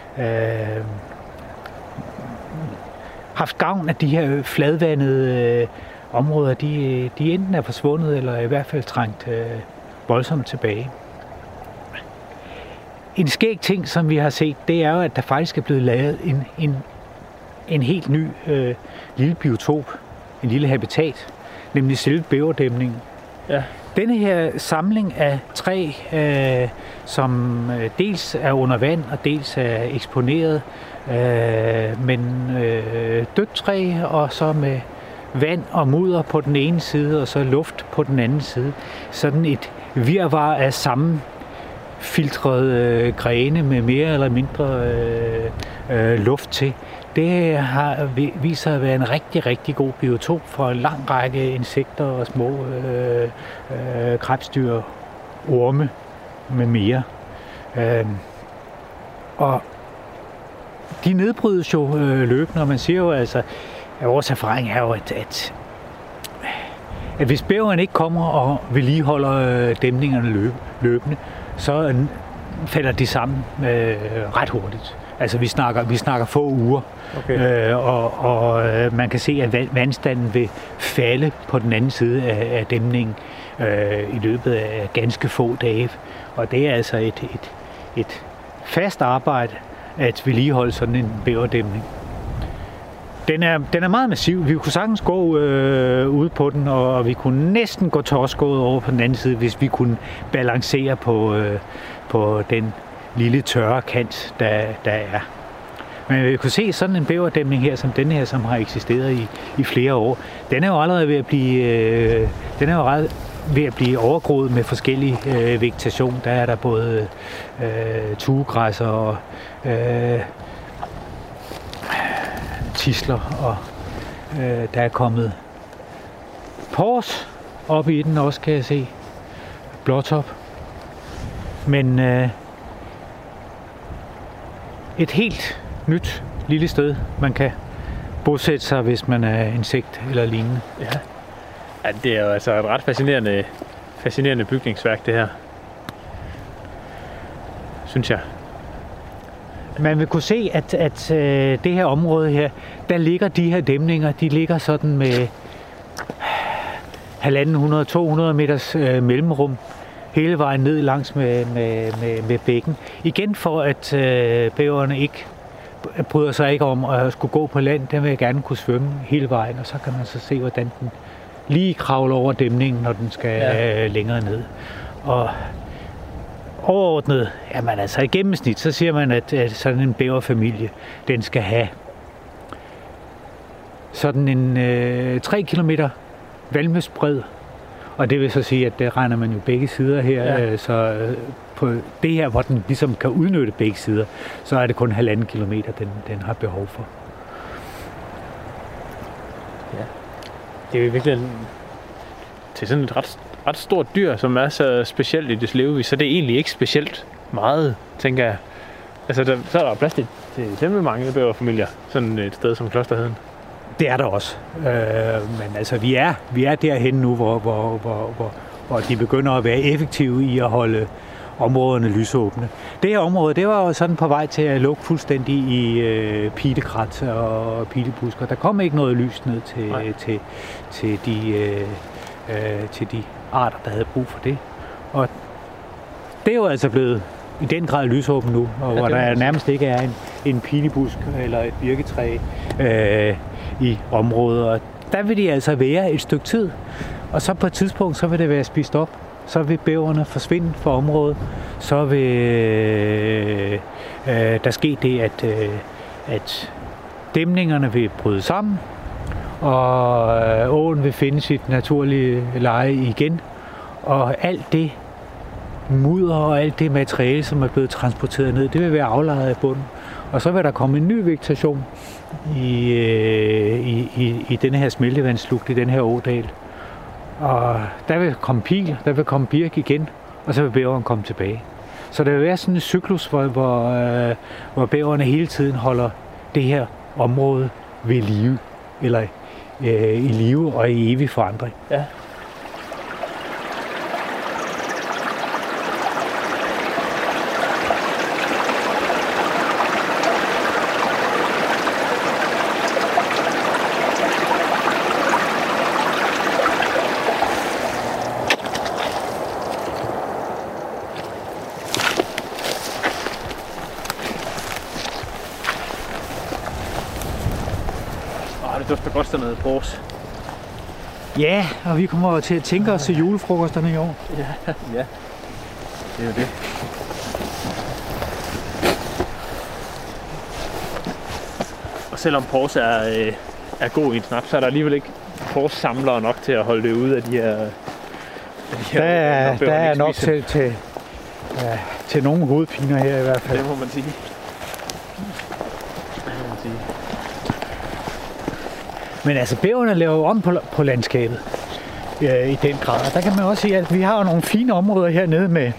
haft gavn af de her fladvandede områder, de enten er forsvundet, eller i hvert fald trængt voldsomt tilbage. En skæg ting, som vi har set, det er jo, at der faktisk er blevet lavet en helt ny lille biotop, en lille habitat, nemlig selve bæverdæmningen. Ja. Denne her samling af træ, som dels er under vand og dels er eksponeret, men dødt træ og så med vand og mudder på den ene side og så luft på den anden side. Sådan et virvar af sammenfiltrede grene med mere eller mindre luft til. Det har vist sig at være en rigtig, rigtig god biotop for en lang række insekter og små krebsdyr, orme med mere. Og de nedbrydes jo løbende, og man siger jo altså, at vores erfaring er jo, at hvis bæveren ikke kommer og vedligeholder dæmningerne løbende, så falder de sammen ret hurtigt. Altså vi snakker få uger, okay. Og man kan se, at vandstanden vil falde på den anden side af dæmningen i løbet af ganske få dage. Og det er altså et fast arbejde at vedligeholde sådan en bæverdæmning. Den er meget massiv. Vi kunne sagtens gå ude på den, og vi kunne næsten gå torskået over på den anden side, hvis vi kunne balancere på den lille tørre kant, der er. Men vi kunne se sådan en bæverdæmning her, som den her, som har eksisteret i flere år. Den er jo allerede ved at blive overgroet med forskellig vegetation. Der er der både tugegræsser og tisler, og der er kommet pors op i den også, kan jeg se. Blåtop. Men et helt nyt lille sted, man kan bosætte sig, hvis man er insekt eller lignende. Ja, det er jo altså et ret fascinerende bygningsværk, det her. Synes jeg. Man vil kunne se, at det her område her, der ligger de her dæmninger, de ligger sådan med 150-200 meters mellemrum hele vejen ned langs med bækken. Igen for, at bæverne ikke bryder sig ikke om at skulle gå på land. Den vil gerne kunne svømme hele vejen, og så kan man så se, hvordan den lige kravler over dæmningen, når den skal længere ned. Og overordnet, jamen altså i gennemsnit, så siger man, at sådan en bæverfamilie, den skal have sådan en 3 kilometer valmesbred. Og det vil så sige, at det regner man jo begge sider her, så på det her, hvor den ligesom kan udnytte begge sider, så er det kun 1,5 kilometer, den har behov for. Ja. Det er jo virkelig til sådan et ret stort dyr, som er så specielt i dets levevis, så det er egentlig ikke specielt meget, tænker jeg. Altså, så er der plads til temmelig mange bæverfamilier, sådan et sted som Klosterheden. Det er der også. Men altså, vi er derhen nu, hvor de begynder at være effektive i at holde områderne lysåbne. Det her område, det var jo sådan på vej til at lukke fuldstændig i pilekrat og pilebusker. Der kom ikke noget lys ned til de arter, der havde brug for det. Og det er jo altså blevet i den grad lysåben nu, og hvor der nærmest ikke er en pilebusk eller et birketræ i området. Og der vil de altså være et stykke tid, og så på et tidspunkt, så vil det være spist op så vil bæverne forsvinde fra området. Så vil der ske det, at dæmningerne vil bryde sammen, og åen vil finde sit naturlige leje igen. Og alt det mudder og alt det materiale, som er blevet transporteret ned, det vil være aflejret af bunden. Og så vil der komme en ny vegetation i denne her smeltevandslugt, i den her ådal. Og der vil komme pil, der vil komme birk igen, og så vil bæveren komme tilbage. Så der vil være sådan en cyklus, hvor bæverne hele tiden holder det her område ved live, eller i live og i evig forandring. Ja. Det dufter godt sådan noget bors. Ja, og vi kommer til at tænke os til julefrokosterne i år. Ja. Det er jo det. Og selvom pors er god i en snaps, så er der alligevel ikke pors-samlere nok til at holde det ude af de her... Der er nok til nogle hovedpiner her i hvert fald. Det må man sige. Men altså, bæverne laver jo om på landskabet i den grad. Og der kan man også sige, at vi har jo nogle fine områder hernede med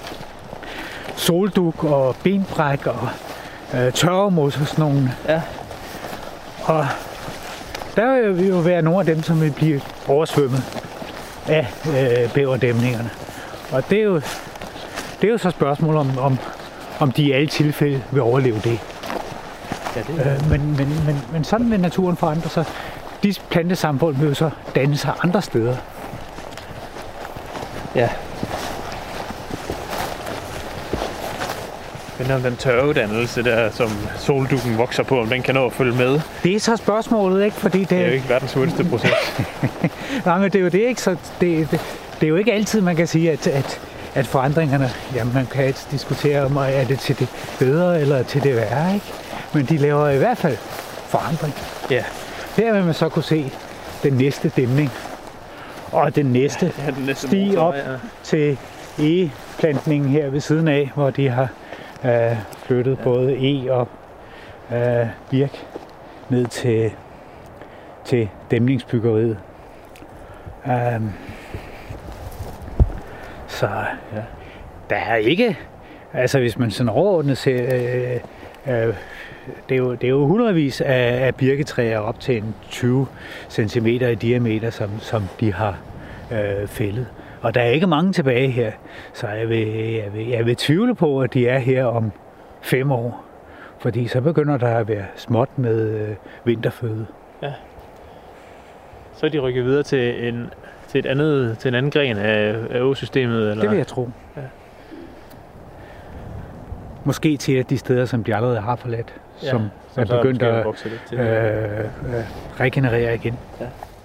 soldug og benbræk og tørremos og sådan nogle. Ja. Og der vil jo være nogle af dem, som vil blive oversvømmet af bæverdæmningerne. Og det er jo så spørgsmål om de i alle tilfælde vil overleve det. Ja, det men sådan vil naturen forandre sig. De plantesamfund vil jo så danne sig andre steder. Ja. Men om den tørvedannelse der, som soldukken vokser på, om den kan nå at følge med? Det er så spørgsmålet, ikke? Fordi det er jo ikke verdens hurtigste proces. Nej, men det er jo det ikke. Så det er jo ikke altid, man kan sige, at forandringerne, jamen man kan ikke diskutere om, er det til det bedre eller til det værre, ikke? Men de laver i hvert fald forandring. Ja. Her vil man så kunne se den næste dæmning. Og den næste, stige op til egeplantningen her ved siden af, hvor de har flyttet både eg og birk ned til dæmningsbyggeriet. Så der er ikke, altså hvis man sådan overordnet ser, det er jo hundredvis af birketræer op til en 20 cm i diameter, som de har fældet. Og der er ikke mange tilbage her, så jeg vil tvivle på, at de er her om 5 år. Fordi så begynder der at være småt med vinterføde. Ja. Så er de rykket videre til en anden gren af åsystemet? Eller? Det vil jeg tro. Ja. Måske til et af de steder, som de allerede har forladt, som er begyndt at regenerere igen. Ja.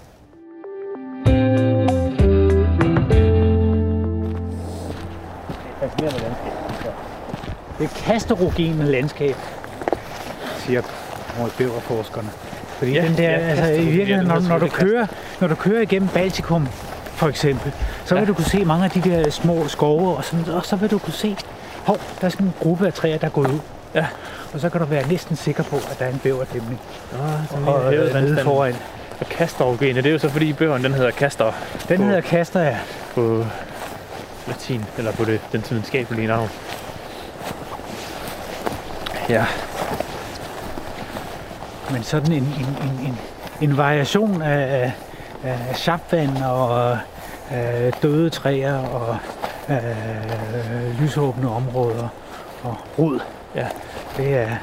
Det er kasterogene landskab, siger bæverforskerne. Fordi den der, altså i virkeligheden, når du kører igennem Baltikum, for eksempel, så vil du kunne se mange af de der små skove, og så vil du kunne se, der er sådan en gruppe af træer, der går ud. Ja. Og så kan du være næsten sikker på, at der er en bæverdæmning. Og nede foran. Og kasterogene, det er jo så fordi bæveren, den hedder kaster. Den hedder kaster, ja. På latin, eller på den videnskabelige navn. Ja. Men sådan en variation af sjapvand og døde træer og lysåbne områder og rod. Ja. Det er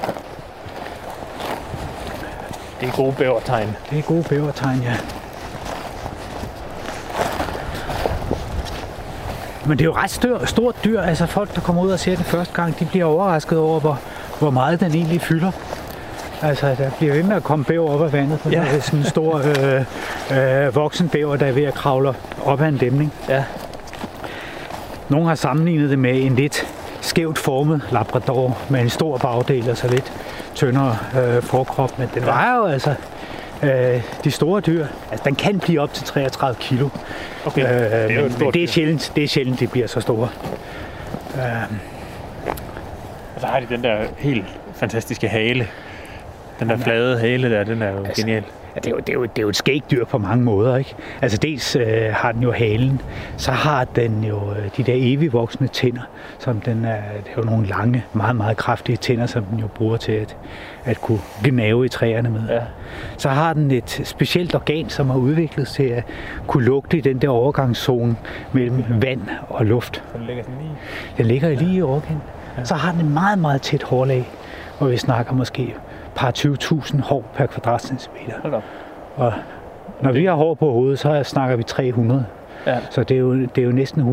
gode bævertegn. Det er gode bævertegn, ja. Men det er jo ret stort dyr. Altså folk, der kommer ud og ser det første gang, de bliver overrasket over, hvor meget den egentlig fylder. Altså, der bliver ved med at komme bæver op af vandet. Ja. Der er sådan en stor voksen bæver, der er ved at kravle op ad en dæmning. Ja. Nogle har sammenlignet det med en lidt skævt formet labrador med en stor bagdel og så lidt tyndere forkrop, men den vejer jo altså de store dyr. Altså, den kan blive op til 33 kilo. Okay. Men det er sjældent, de bliver så store. Og så har de den der helt fantastiske hale. Den der flade hale der, den er jo genial. Ja, det er jo et skægdyr på mange måder, ikke? Altså dels har den jo halen, så har den jo de der evigvoksende tænder, som det er jo nogle lange, meget, meget kraftige tænder, som den jo bruger til at kunne gnave i træerne med. Ja. Så har den et specielt organ, som har udviklet til at kunne lugte i den der overgangszone mellem vand og luft. Den ligger sådan lige? Den ligger lige i overkanten. Ja. Så har den en meget, meget tæt hårlag, hvor vi snakker måske par 20.000 hår per kvadratcentimeter. Og når vi har hår på hovedet, så snakker vi 300. Ja. Så det er jo næsten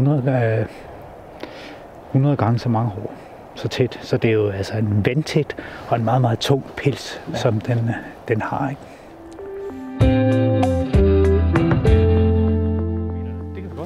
100 gange så mange hår. Så tæt. Så det er jo altså en vandtæt og en meget, meget tung pels, som den har. Ikke? Det kan vi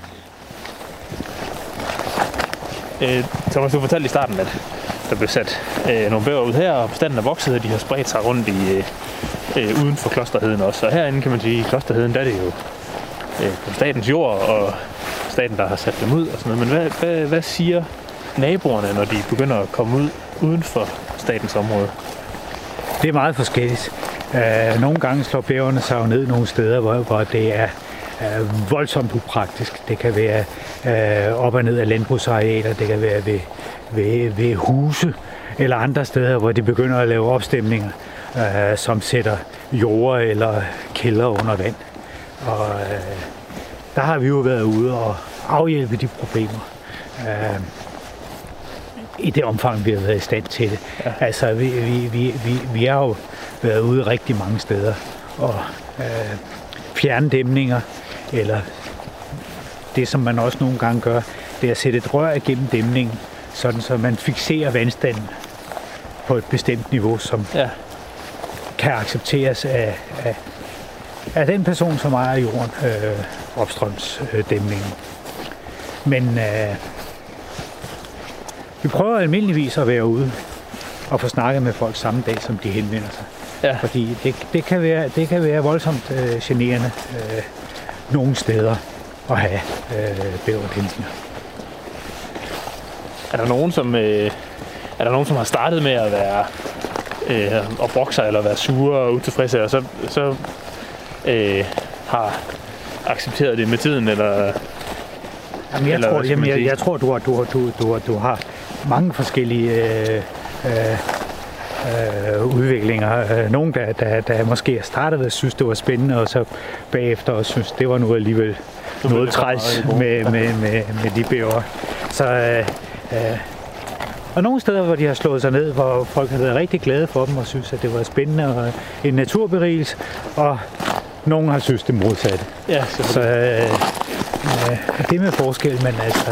godt. Thomas, du fortalte i starten, at der blev sat nogle bæver ud her, og bestanden er vokset, og de har spredt sig rundt uden for Klosterheden også. Og herinde kan man sige, i Klosterheden, der er det jo på statens jord, og staten, der har sat dem ud og sådan noget. Men hvad siger naboerne, når de begynder at komme ud uden for statens område? Det er meget forskelligt. Nogle gange slår bæverne sig jo ned nogle steder, hvor det er voldsomt upraktisk. Det kan være op og ned af landbrugsarealer, det kan være ved huse eller andre steder, hvor de begynder at lave opstemninger, som sætter jorder eller kælder under vand. Og der har vi jo været ude og afhjælpe de problemer i det omfang, vi har været i stand til det. Ja. Altså, vi har jo været ude rigtig mange steder og fjerne dæmninger, eller det, som man også nogle gange gør, det er at sætte et rør igennem dæmningen, sådan så man fikserer vandstanden på et bestemt niveau, som kan accepteres af den person, som ejer jorden, opstrømsdæmningen. Men vi prøver almindeligvis at være ude og få snakket med folk samme dag, som de henvender sig. Ja. Fordi det kan være voldsomt generende nogle steder at have bæverdæmninger. Er der nogen, som har startet med at være og brokke sig eller være sure og utilfredse, og så har accepteret det med tiden, eller? Jamen, jeg tror, du har mange forskellige udviklinger. Nogen, der måske har startet og synes, det var spændende, og så bagefter og synes, det var nu alligevel noget træls med de bæver. Så og nogle steder, hvor de har slået sig ned, hvor folk har været rigtig glade for dem og synes, at det var spændende og en naturberigelse, og nogen har synes det modsatte. Ja, så det med forskel, men altså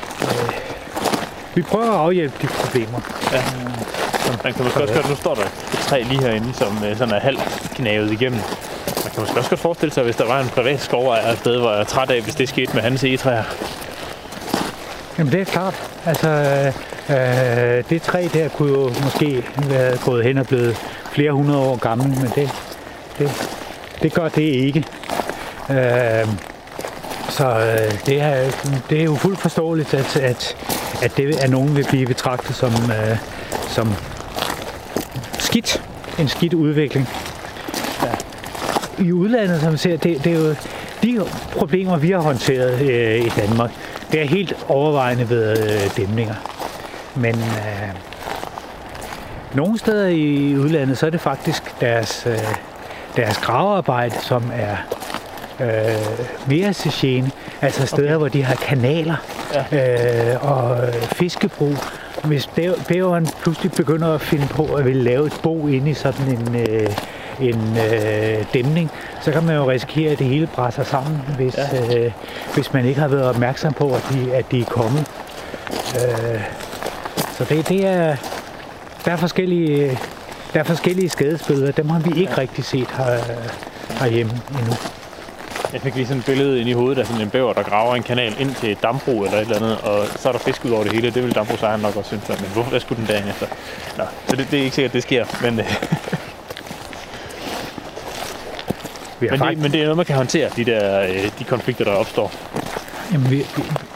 vi prøver at afhjælpe de problemer. Ja. Man kan måske også godt, nu står der et træ lige herinde, som sådan er halvt gnavet igennem. Man kan måske også godt forestille sig, hvis der var en privat skovejer et sted, hvor jeg er træt af, hvis det skete med hans egetræer. Jamen det er klart. Altså det træ der kunne jo måske være gået hen og blevet flere hundrede år gammel, men det gør det ikke. Så det er jo fuldt forståeligt, at det er nogen vil blive betragtet som skidt. En skidt udvikling. Ja. I udlandet, som man ser, det er jo de problemer, vi har håndteret i Danmark. Det er helt overvejende ved dæmninger. Men nogle steder i udlandet, så er det faktisk deres gravearbejde, som er mere til gene. Altså steder, hvor de har kanaler og fiskebrug. Hvis bæveren pludselig begynder at finde på at ville lave et bo inde i sådan en dæmning, så kan man jo risikere, at det hele brænder sammen, hvis man ikke har været opmærksom på, at de er kommet. Så der er forskellige skadesbilleder. Dem har vi ikke rigtig set herhjemme endnu. Jeg fik lige sådan et billede ind i hovedet af sådan en bæver, der graver en kanal ind til et dambrug eller et eller andet, og så er der fisk ud over det hele. Det vil dambrugssejren nok også synes, men hvorfor skulle den dagen efter? Nå, så det er ikke sikkert, det sker, men... Men det er noget, man kan håndtere, de konflikter, der opstår. Jamen,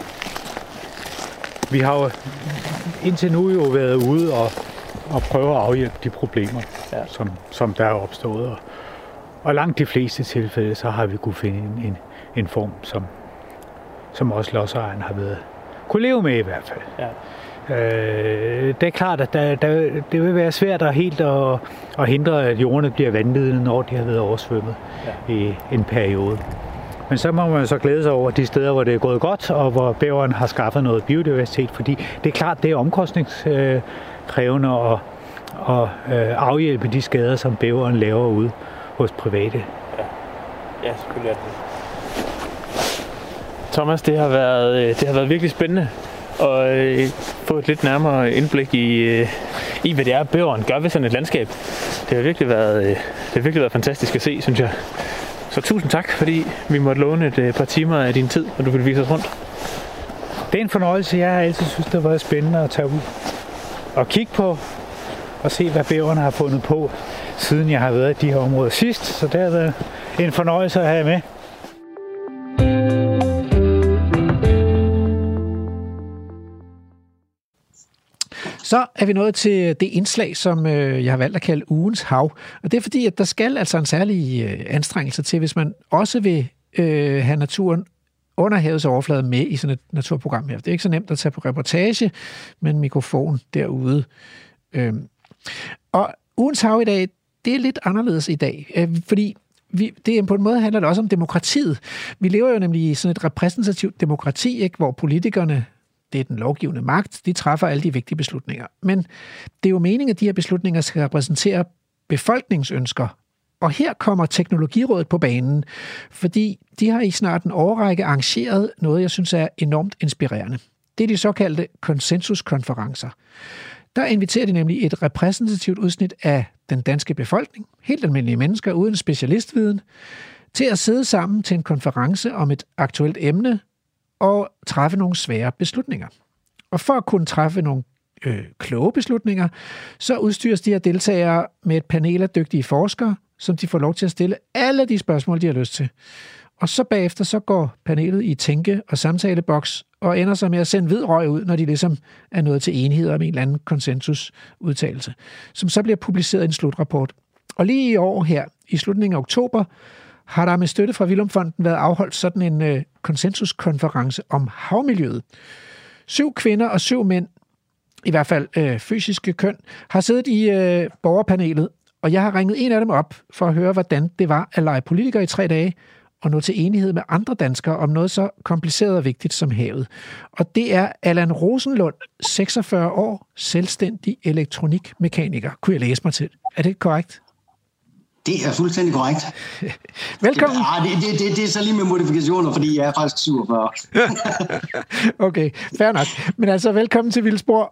vi har jo indtil nu jo været ude og prøve at afhjælpe de problemer, som der er opstået. Og langt de fleste tilfælde, så har vi kunne finde en form, som også lodsejeren har kunne leve med i hvert fald. Ja. Det er klart, at det vil være svært at hindre, at jordene bliver vandledende, når de har været oversvømmet i en periode. Men så må man så glæde sig over de steder, hvor det er gået godt, og hvor bæveren har skaffet noget biodiversitet, fordi det er klart, det er omkostningskrævende at afhjælpe de skader, som bæveren laver ude hos private. Ja, selvfølgelig er det. Thomas, det har været virkelig spændende at få et lidt nærmere indblik i hvad det er, bæveren gør ved sådan et landskab. Det har virkelig været fantastisk at se, synes jeg. Så tusind tak, fordi vi måtte låne et par timer af din tid, og du ville vise os rundt. Det er en fornøjelse. Jeg har altid synes, det har været spændende at tage ud og kigge på og se, hvad bæverne har fundet på, siden jeg har været i de her områder sidst. Så det har været en fornøjelse at have med. Så er vi nået til det indslag, som jeg har valgt at kalde ugens hav. Og det er fordi, at der skal altså en særlig anstrengelse til, hvis man også vil have naturen under havets overflade med i sådan et naturprogram her. Det er ikke så nemt at tage på reportage med en mikrofon derude. Og ugens hav i dag, det er lidt anderledes i dag, fordi det på en måde handler det også om demokratiet. Vi lever jo nemlig i sådan et repræsentativt demokrati, ikke, hvor politikerne, det er den lovgivende magt, de træffer alle de vigtige beslutninger. Men det er jo meningen, at de her beslutninger skal repræsentere befolkningsønsker. Og her kommer Teknologirådet på banen, fordi de har i snart en årrække arrangeret noget, jeg synes er enormt inspirerende. Det er de såkaldte konsensuskonferencer. Der inviterer de nemlig et repræsentativt udsnit af den danske befolkning, helt almindelige mennesker uden specialistviden, til at sidde sammen til en konference om et aktuelt emne og træffe nogle svære beslutninger. Og for at kunne træffe nogle kloge beslutninger, så udstyres de her deltagere med et panel af dygtige forskere, som de får lov til at stille alle de spørgsmål, de har lyst til. Og så bagefter så går panelet i tænke- og samtaleboks og ender så med at sende hvid røg ud, når de ligesom er nået til enighed om en eller anden konsensusudtalelse, som så bliver publiceret i en slutrapport. Og lige i år her, i slutningen af oktober, har der med støtte fra Villum Fonden været afholdt sådan en konsensuskonference om havmiljøet. 7 kvinder og 7 mænd, i hvert fald fysiske køn, har siddet i borgerpanelet, og jeg har ringet en af dem op for at høre, hvordan det var at lege politiker i 3 dage, og nå til enighed med andre danskere om noget så kompliceret og vigtigt som havet. Og det er Allan Rosenlund, 46 år, selvstændig elektronikmekaniker. Kunne jeg læse mig til? Er det korrekt? Det er fuldstændig korrekt. Velkommen. Det er så lige med modifikationer, fordi jeg er faktisk 47. Okay, fair nok. Men altså, velkommen til Vildspor.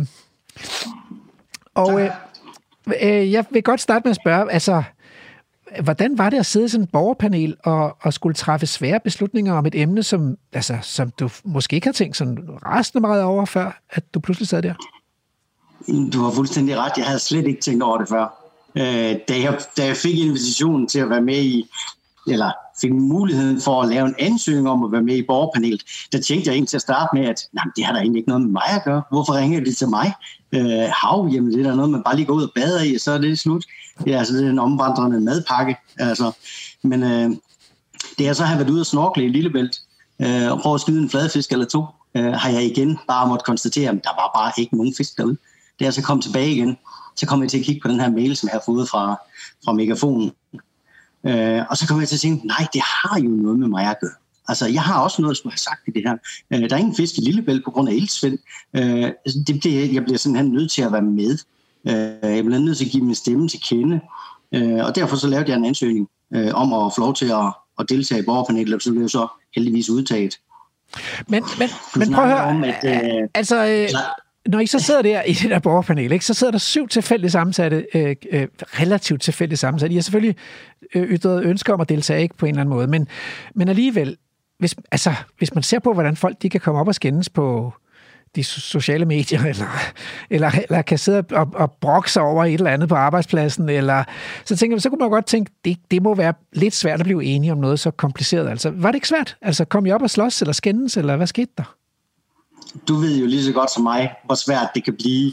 Jeg vil godt starte med at spørge, altså, hvordan var det at sidde i sådan et borgerpanel og skulle træffe svære beslutninger om et emne, som du måske ikke har tænkt sådan rasende meget over, før at du pludselig sad der? Du har fuldstændig ret. Jeg havde slet ikke tænkt over det før. Da jeg fik invitationen til at være med i, eller fik muligheden for at lave en ansøgning om at være med i borgerpanelet, der tænkte jeg egentlig til at starte med, at det har da egentlig ikke noget med mig at gøre. Hvorfor ringer de til mig? Jamen det er da noget, man bare lige går ud og bader i, og så er det slut. Det er det er en omvandrende madpakke. Altså. Men det jeg så har været ude og snorkle i Lillebælt, og prøve at skyde en fladfisk eller 2, har jeg igen bare måtte konstatere, at der var bare ikke nogen fisk derude. Det er så kommet tilbage igen. Så kom jeg til at kigge på den her mail, som jeg har fået fra Megafonen. Og så kom jeg til at tænke, nej, det har jo noget med mig at gøre. Altså, jeg har også noget, at skulle have sagt i det her. Der er ingen fisk i Lillebælt på grund af iltsvind. Jeg bliver simpelthen nødt til at være med. Jeg bliver nødt til at give min stemme til kende. Og derfor så lavede jeg en ansøgning om at få lov til at deltage i borgerpanelet, og så blev jeg så heldigvis udtaget. Men prøv at høre, når I så sidder der i det der borgerpanel, ikke, så sidder der 7 tilfældigt sammensatte, relativt tilfældigt sammensatte. I har selvfølgelig ytret ønsker om at deltage, ikke på en eller anden måde, men alligevel, hvis man ser på, hvordan folk de kan komme op og skændes på de sociale medier, eller kan sidde og brokke sig over et eller andet på arbejdspladsen, eller så kunne man godt tænke, det må være lidt svært at blive enige om noget så kompliceret. Altså, var det ikke svært? Altså, kom I op og slås, eller skændes, eller hvad skete der? Du ved jo lige så godt som mig, hvor svært det kan blive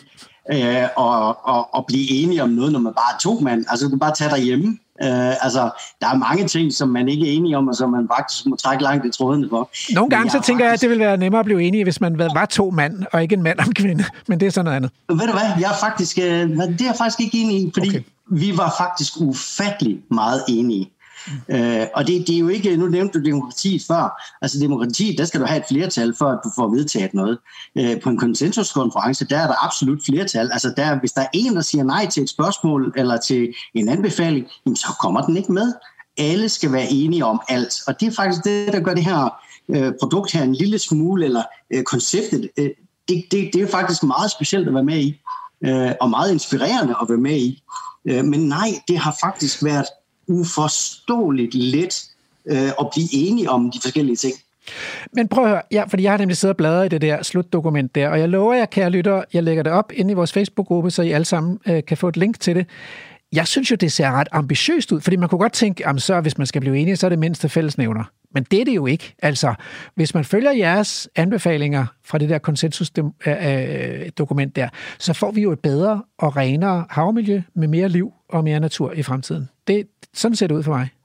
at blive enige om noget, når man bare er 2 mand. Altså, du kan bare tage derhjemme. Der er mange ting, som man ikke er enige om, og som man faktisk må trække langt i trådene for. Nogle gange så tænker jeg, at det ville være nemmere at blive enige, hvis man var 2 mand, og ikke en mand og en kvinde. Men det er sådan noget andet. Ved du hvad? Det er jeg faktisk ikke enig i, fordi vi var faktisk ufattelig meget enige. Og det er jo ikke, nu nævnte du demokratiet før, altså demokrati, der skal du have et flertal for, at du får vedtaget noget. På en konsensuskonference, der er der absolut flertal. Altså hvis der er en, der siger nej til et spørgsmål eller til en anbefaling, så kommer den ikke med. Alle skal være enige om alt. Og det er faktisk det, der gør det her produkt her en lille smule, eller konceptet, det er faktisk meget specielt at være med i, og meget inspirerende at være med i. Men nej, det har faktisk været uforståeligt let at blive enige om de forskellige ting. Men prøv at høre, fordi jeg har nemlig siddet og bladret i det der slutdokument der, og jeg lover jer, kære lyttere, jeg lægger det op inde i vores Facebook-gruppe, så I alle sammen kan få et link til det. Jeg synes jo, det ser ret ambitiøst ud, fordi man kunne godt tænke, så hvis man skal blive enige, så er det mindste fællesnævner. Men det er det jo ikke. Altså, hvis man følger jeres anbefalinger fra det der konsensusdokument der, så får vi jo et bedre og renere havmiljø med mere liv og mere natur i fremtiden. Sådan ser det ud for mig.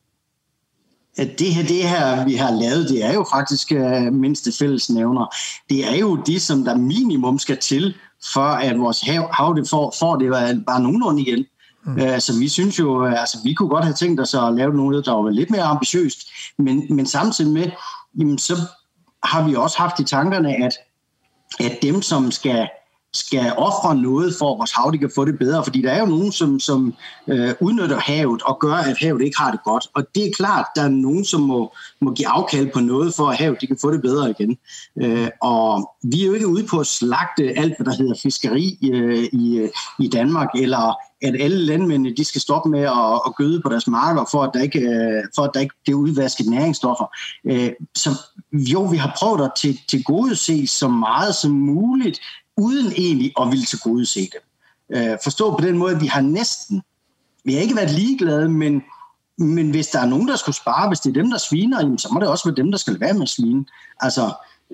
Det her, vi har lavet, det er jo faktisk mindste fællesnævner. Det er jo det, som der minimum skal til, for at vores hav det får det bare nogenlunde igen. Så vi synes jo, vi kunne godt have tænkt os at lave noget, der var lidt mere ambitiøst, men samtidig med, jamen, så har vi også haft i tankerne, at dem, som skal ofre noget for, at vores hav de kan få det bedre, fordi der er jo nogen, som udnytter havet og gør, at havet ikke har det godt. Og det er klart, der er nogen, som må give afkald på noget, for at havet de kan få det bedre igen. Og vi er jo ikke ude på at slagte alt, hvad der hedder fiskeri i Danmark, eller at alle landmændene de skal stoppe med at gøde på deres marker, for at der ikke bliver udvasket næringsstoffer. Så jo, vi har prøvet at tilgodese så meget som muligt, uden egentlig at ville tilgodese det. Forstå på den måde, at vi har ikke været ligeglade, men hvis der er nogen, der skulle spare, hvis det er dem, der sviner, jamen, så må det også være dem, der skal være med at svine. Altså,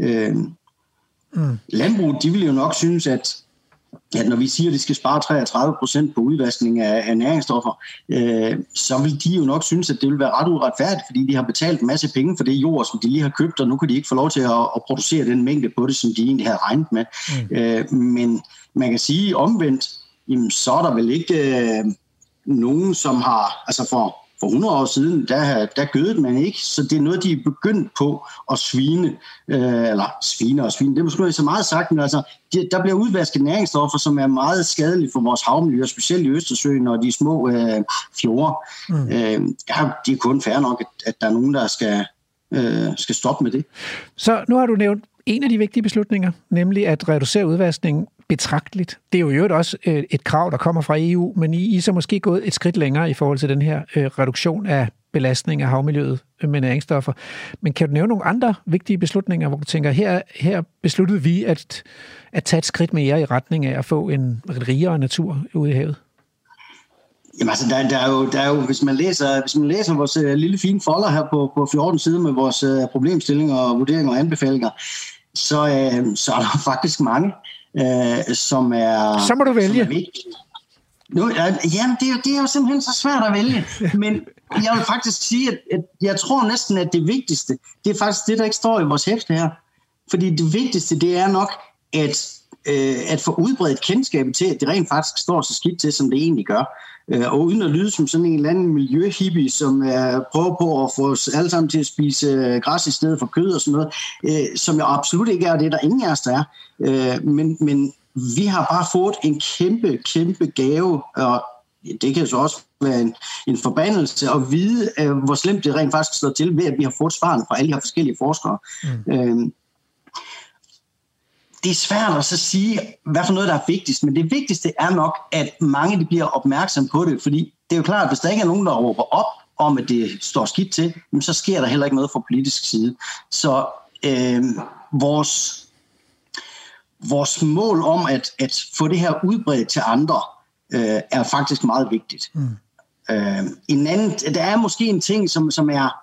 landbruget, de vil jo nok synes, at når vi siger, at de skal spare 33% på udvaskning af næringsstoffer, så vil de jo nok synes, at det vil være ret uretfærdigt, fordi de har betalt en masse penge for det jord, som de lige har købt, og nu kan de ikke få lov til at producere den mængde på det, som de egentlig havde regnet med. Men man kan sige omvendt, jamen, så er der vel ikke nogen, som har, altså for 100 år siden, der gødede man ikke, så det er noget, de er begyndt på at svine, det er måske så meget sagt, men altså, der bliver udvasket næringsstoffer, som er meget skadelige for vores havmiljø, specielt i Østersøen og de små fjorde. Det er kun fair nok, at der er nogen, der skal stoppe med det. Så nu har du nævnt en af de vigtige beslutninger, nemlig at reducere udvaskningen betragteligt. Det er jo øvrigt også et krav, der kommer fra EU, men I er så måske gået et skridt længere i forhold til den her reduktion af belastning af havmiljøet med næringsstoffer. Men kan du nævne nogle andre vigtige beslutninger, hvor du tænker, her besluttede vi at tage et skridt mere i retning af at få en rigere natur ude i havet? Jamen altså, der er jo hvis man læser vores lille fine folder her på 14 sider med vores problemstillinger og vurderinger og anbefalinger, så er der faktisk mange, som er... Så må du vælge. Jamen, det er jo simpelthen så svært at vælge. Men jeg vil faktisk sige, at jeg tror næsten, at det vigtigste, det er faktisk det, der ikke står i vores hæfte her. Fordi det vigtigste, det er nok, at få udbredt kendskabet til, at det rent faktisk står så skidt til, som det egentlig gør. Og uden at lyde som sådan en eller anden miljøhippie, som prøver på at få os alle sammen til at spise græs i stedet for kød og sådan noget, som jo absolut ikke er det, der ingen af os der er. Men vi har bare fået en kæmpe gave, og det kan så også være en forbandelse at vide, hvor slemt det rent faktisk står til, ved at vi har fået svarene fra alle de her forskellige forskere. det er svært at så sige, hvad for noget, der er vigtigst, men det vigtigste er nok, at mange de bliver opmærksom på det, fordi det er jo klart, at hvis der ikke er nogen, der råber op om, at det står skidt til, så sker der heller ikke noget fra politisk side. Så vores mål om at få det her udbredt til andre, er faktisk meget vigtigt. Der er måske en ting, som er...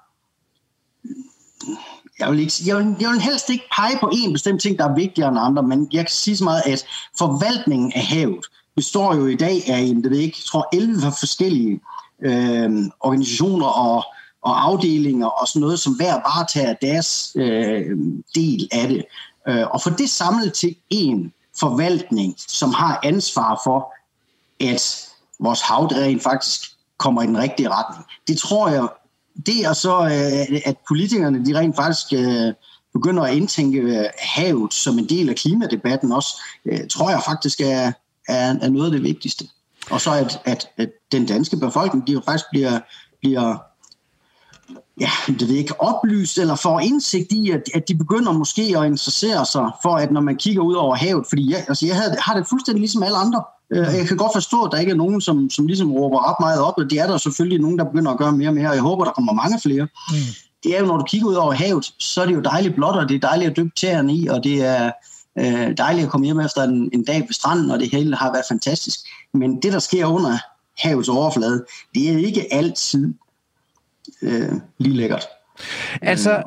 Jeg vil helst ikke pege på en bestemt ting, der er vigtigere end andre, men jeg kan sige så meget, at forvaltningen af havet består jo i dag af 11 forskellige organisationer og afdelinger og sådan noget, som hver varetager deres del af det. Og få det samlet til en forvaltning, som har ansvar for, at vores hav rent faktisk kommer i den rigtige retning. Det tror jeg, det er så, at politikerne de rent faktisk begynder at indtænke havet som en del af klimadebatten også, tror jeg faktisk er noget af det vigtigste. Og så at den danske befolkning, de jo faktisk bliver det ved ikke, oplyst eller får indsigt i, at de begynder måske at interessere sig for, at når man kigger ud over havet, fordi jeg har det fuldstændig ligesom alle andre. Jeg kan godt forstå, at der ikke er nogen, som ligesom råber ret meget op, og det er der selvfølgelig nogen, der begynder at gøre mere og mere, og jeg håber, der kommer mange flere. Det er jo, når du kigger ud over havet, så er det jo dejligt blåt, og det er dejligt at dykke tæerne i, og det er dejligt at komme hjem efter en dag ved stranden, og det hele har været fantastisk. Men det, der sker under havets overflade, det er ikke altid lige lækkert. Altså,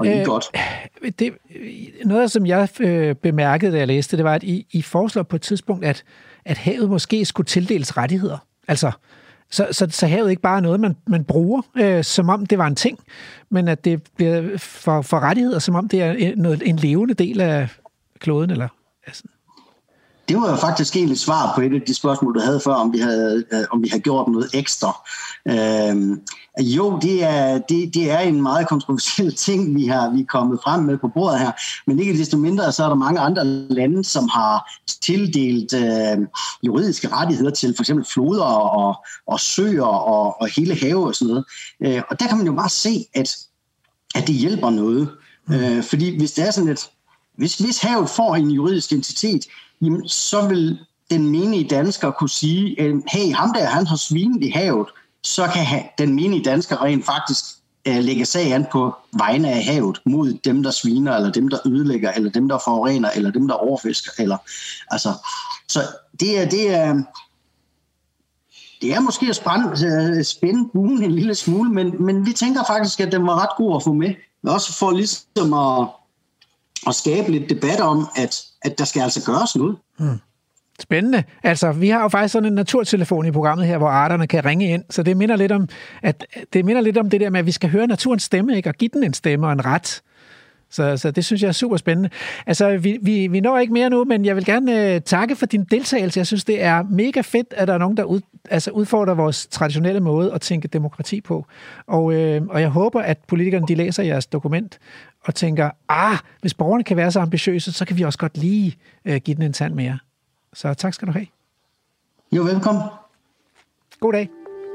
noget, som jeg bemærkede, da jeg læste, det var, at I foreslår på et tidspunkt, at havet måske skulle tildeles rettigheder. Altså, så havet ikke bare er noget, man bruger, som om det var en ting, men at det bliver for rettigheder, som om det er en levende del af kloden, eller altså. Det var jo faktisk egentlig svar på et af de spørgsmål, du havde før, om vi havde gjort noget ekstra. Jo, det er en meget kontroversiel ting, vi er kommet frem med på bordet her, men ikke desto mindre, så er der mange andre lande, som har tildelt juridiske rettigheder til for eksempel floder og søer og hele have og sådan noget. Og der kan man jo bare se, at det hjælper noget. Fordi hvis det er sådan, at hvis havet får en juridisk entitet, jamen, så vil den menige dansker kunne sige, hey, ham der, han har svinet i havet, så kan den menige dansker rent faktisk lægge sag an på vegne af havet mod dem, der sviner, eller dem, der ødelægger, eller dem, der forurener, eller dem, der overfisker. Så det er måske at spænde buen en lille smule, men vi tænker faktisk, at den var ret god at få med. Også for ligesom at skabe lidt debat om, at der skal altså gøres noget. Spændende. Altså, vi har jo faktisk sådan en naturtelefon i programmet her, hvor arterne kan ringe ind, så det minder lidt om det der med, at vi skal høre naturens stemme, ikke? Og give den en stemme og en ret. Så det synes jeg er super spændende. Altså, vi når ikke mere nu, men jeg vil gerne takke for din deltagelse. Jeg synes, det er mega fedt, at der er nogen, der udfordrer vores traditionelle måde at tænke demokrati på. Og jeg håber, at politikerne de læser jeres dokument og tænker, hvis borgerne kan være så ambitiøse, så kan vi også godt lige give den en tand mere. Så tak skal du have. Jo, velkommen. God dag.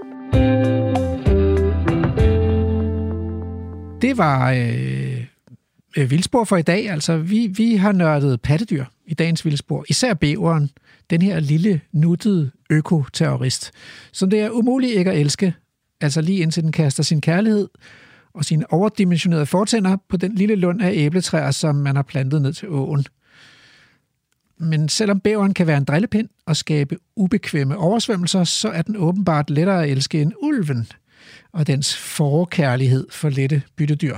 Det var vildspor for i dag. Altså, vi har nørdet pattedyr i dagens vildspor. Især bæveren, den her lille, nuttede økoterrorist, som det er umuligt ikke at elske. Altså lige indtil den kaster sin kærlighed og sine overdimensionerede fortænder på den lille lund af æbletræer, som man har plantet ned til åen. Men selvom bæveren kan være en drillepind og skabe ubekvemme oversvømmelser, så er den åbenbart lettere at elske end ulven og dens forkærlighed for lette byttedyr.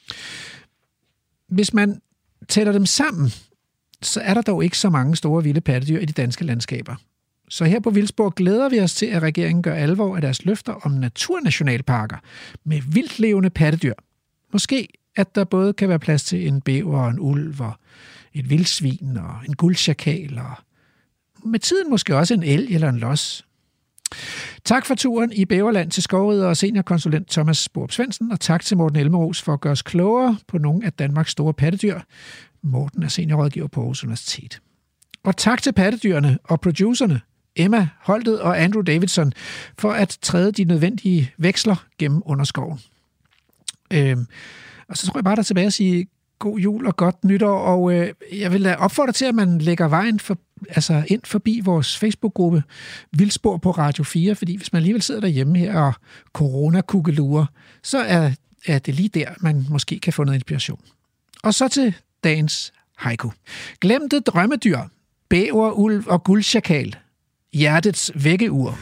Hvis man tæller dem sammen, så er der dog ikke så mange store vilde pattedyr i de danske landskaber. Så her på Vildspor glæder vi os til, at regeringen gør alvor af deres løfter om naturnationalparker med vildtlevende pattedyr. Måske, at der både kan være plads til en bæver og en ulv og et vildsvin og en guldsjakal og med tiden måske også en elg eller en los. Tak for turen i Bæverland til skovrider og seniorkonsulent Thomas Borup Svendsen, og tak til Morten Elmeros for at gøre os klogere på nogle af Danmarks store pattedyr. Morten er seniorrådgiver på Aarhus Universitet. Og tak til pattedyrene og producerne, Emma Holtet og Andrew Davidson, for at træde de nødvendige veksler gennem underskoven. Og så tror jeg bare, der er tilbage at sige God jul og godt nytår, og jeg vil opfordre til, at man lægger vejen ind forbi vores Facebook-gruppe Vildspor på Radio 4, fordi hvis man alligevel sidder derhjemme her og corona-kukkelurer, så er det lige der, man måske kan få noget inspiration. Og så til dagens haiku. Glemte drømmedyr, bæver, ulv og guldsjakal. Hjertets vækkeur.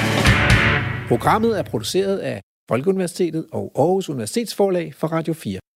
Programmet er produceret af Folkeuniversitetet og Aarhus Universitetsforlag for Radio 4.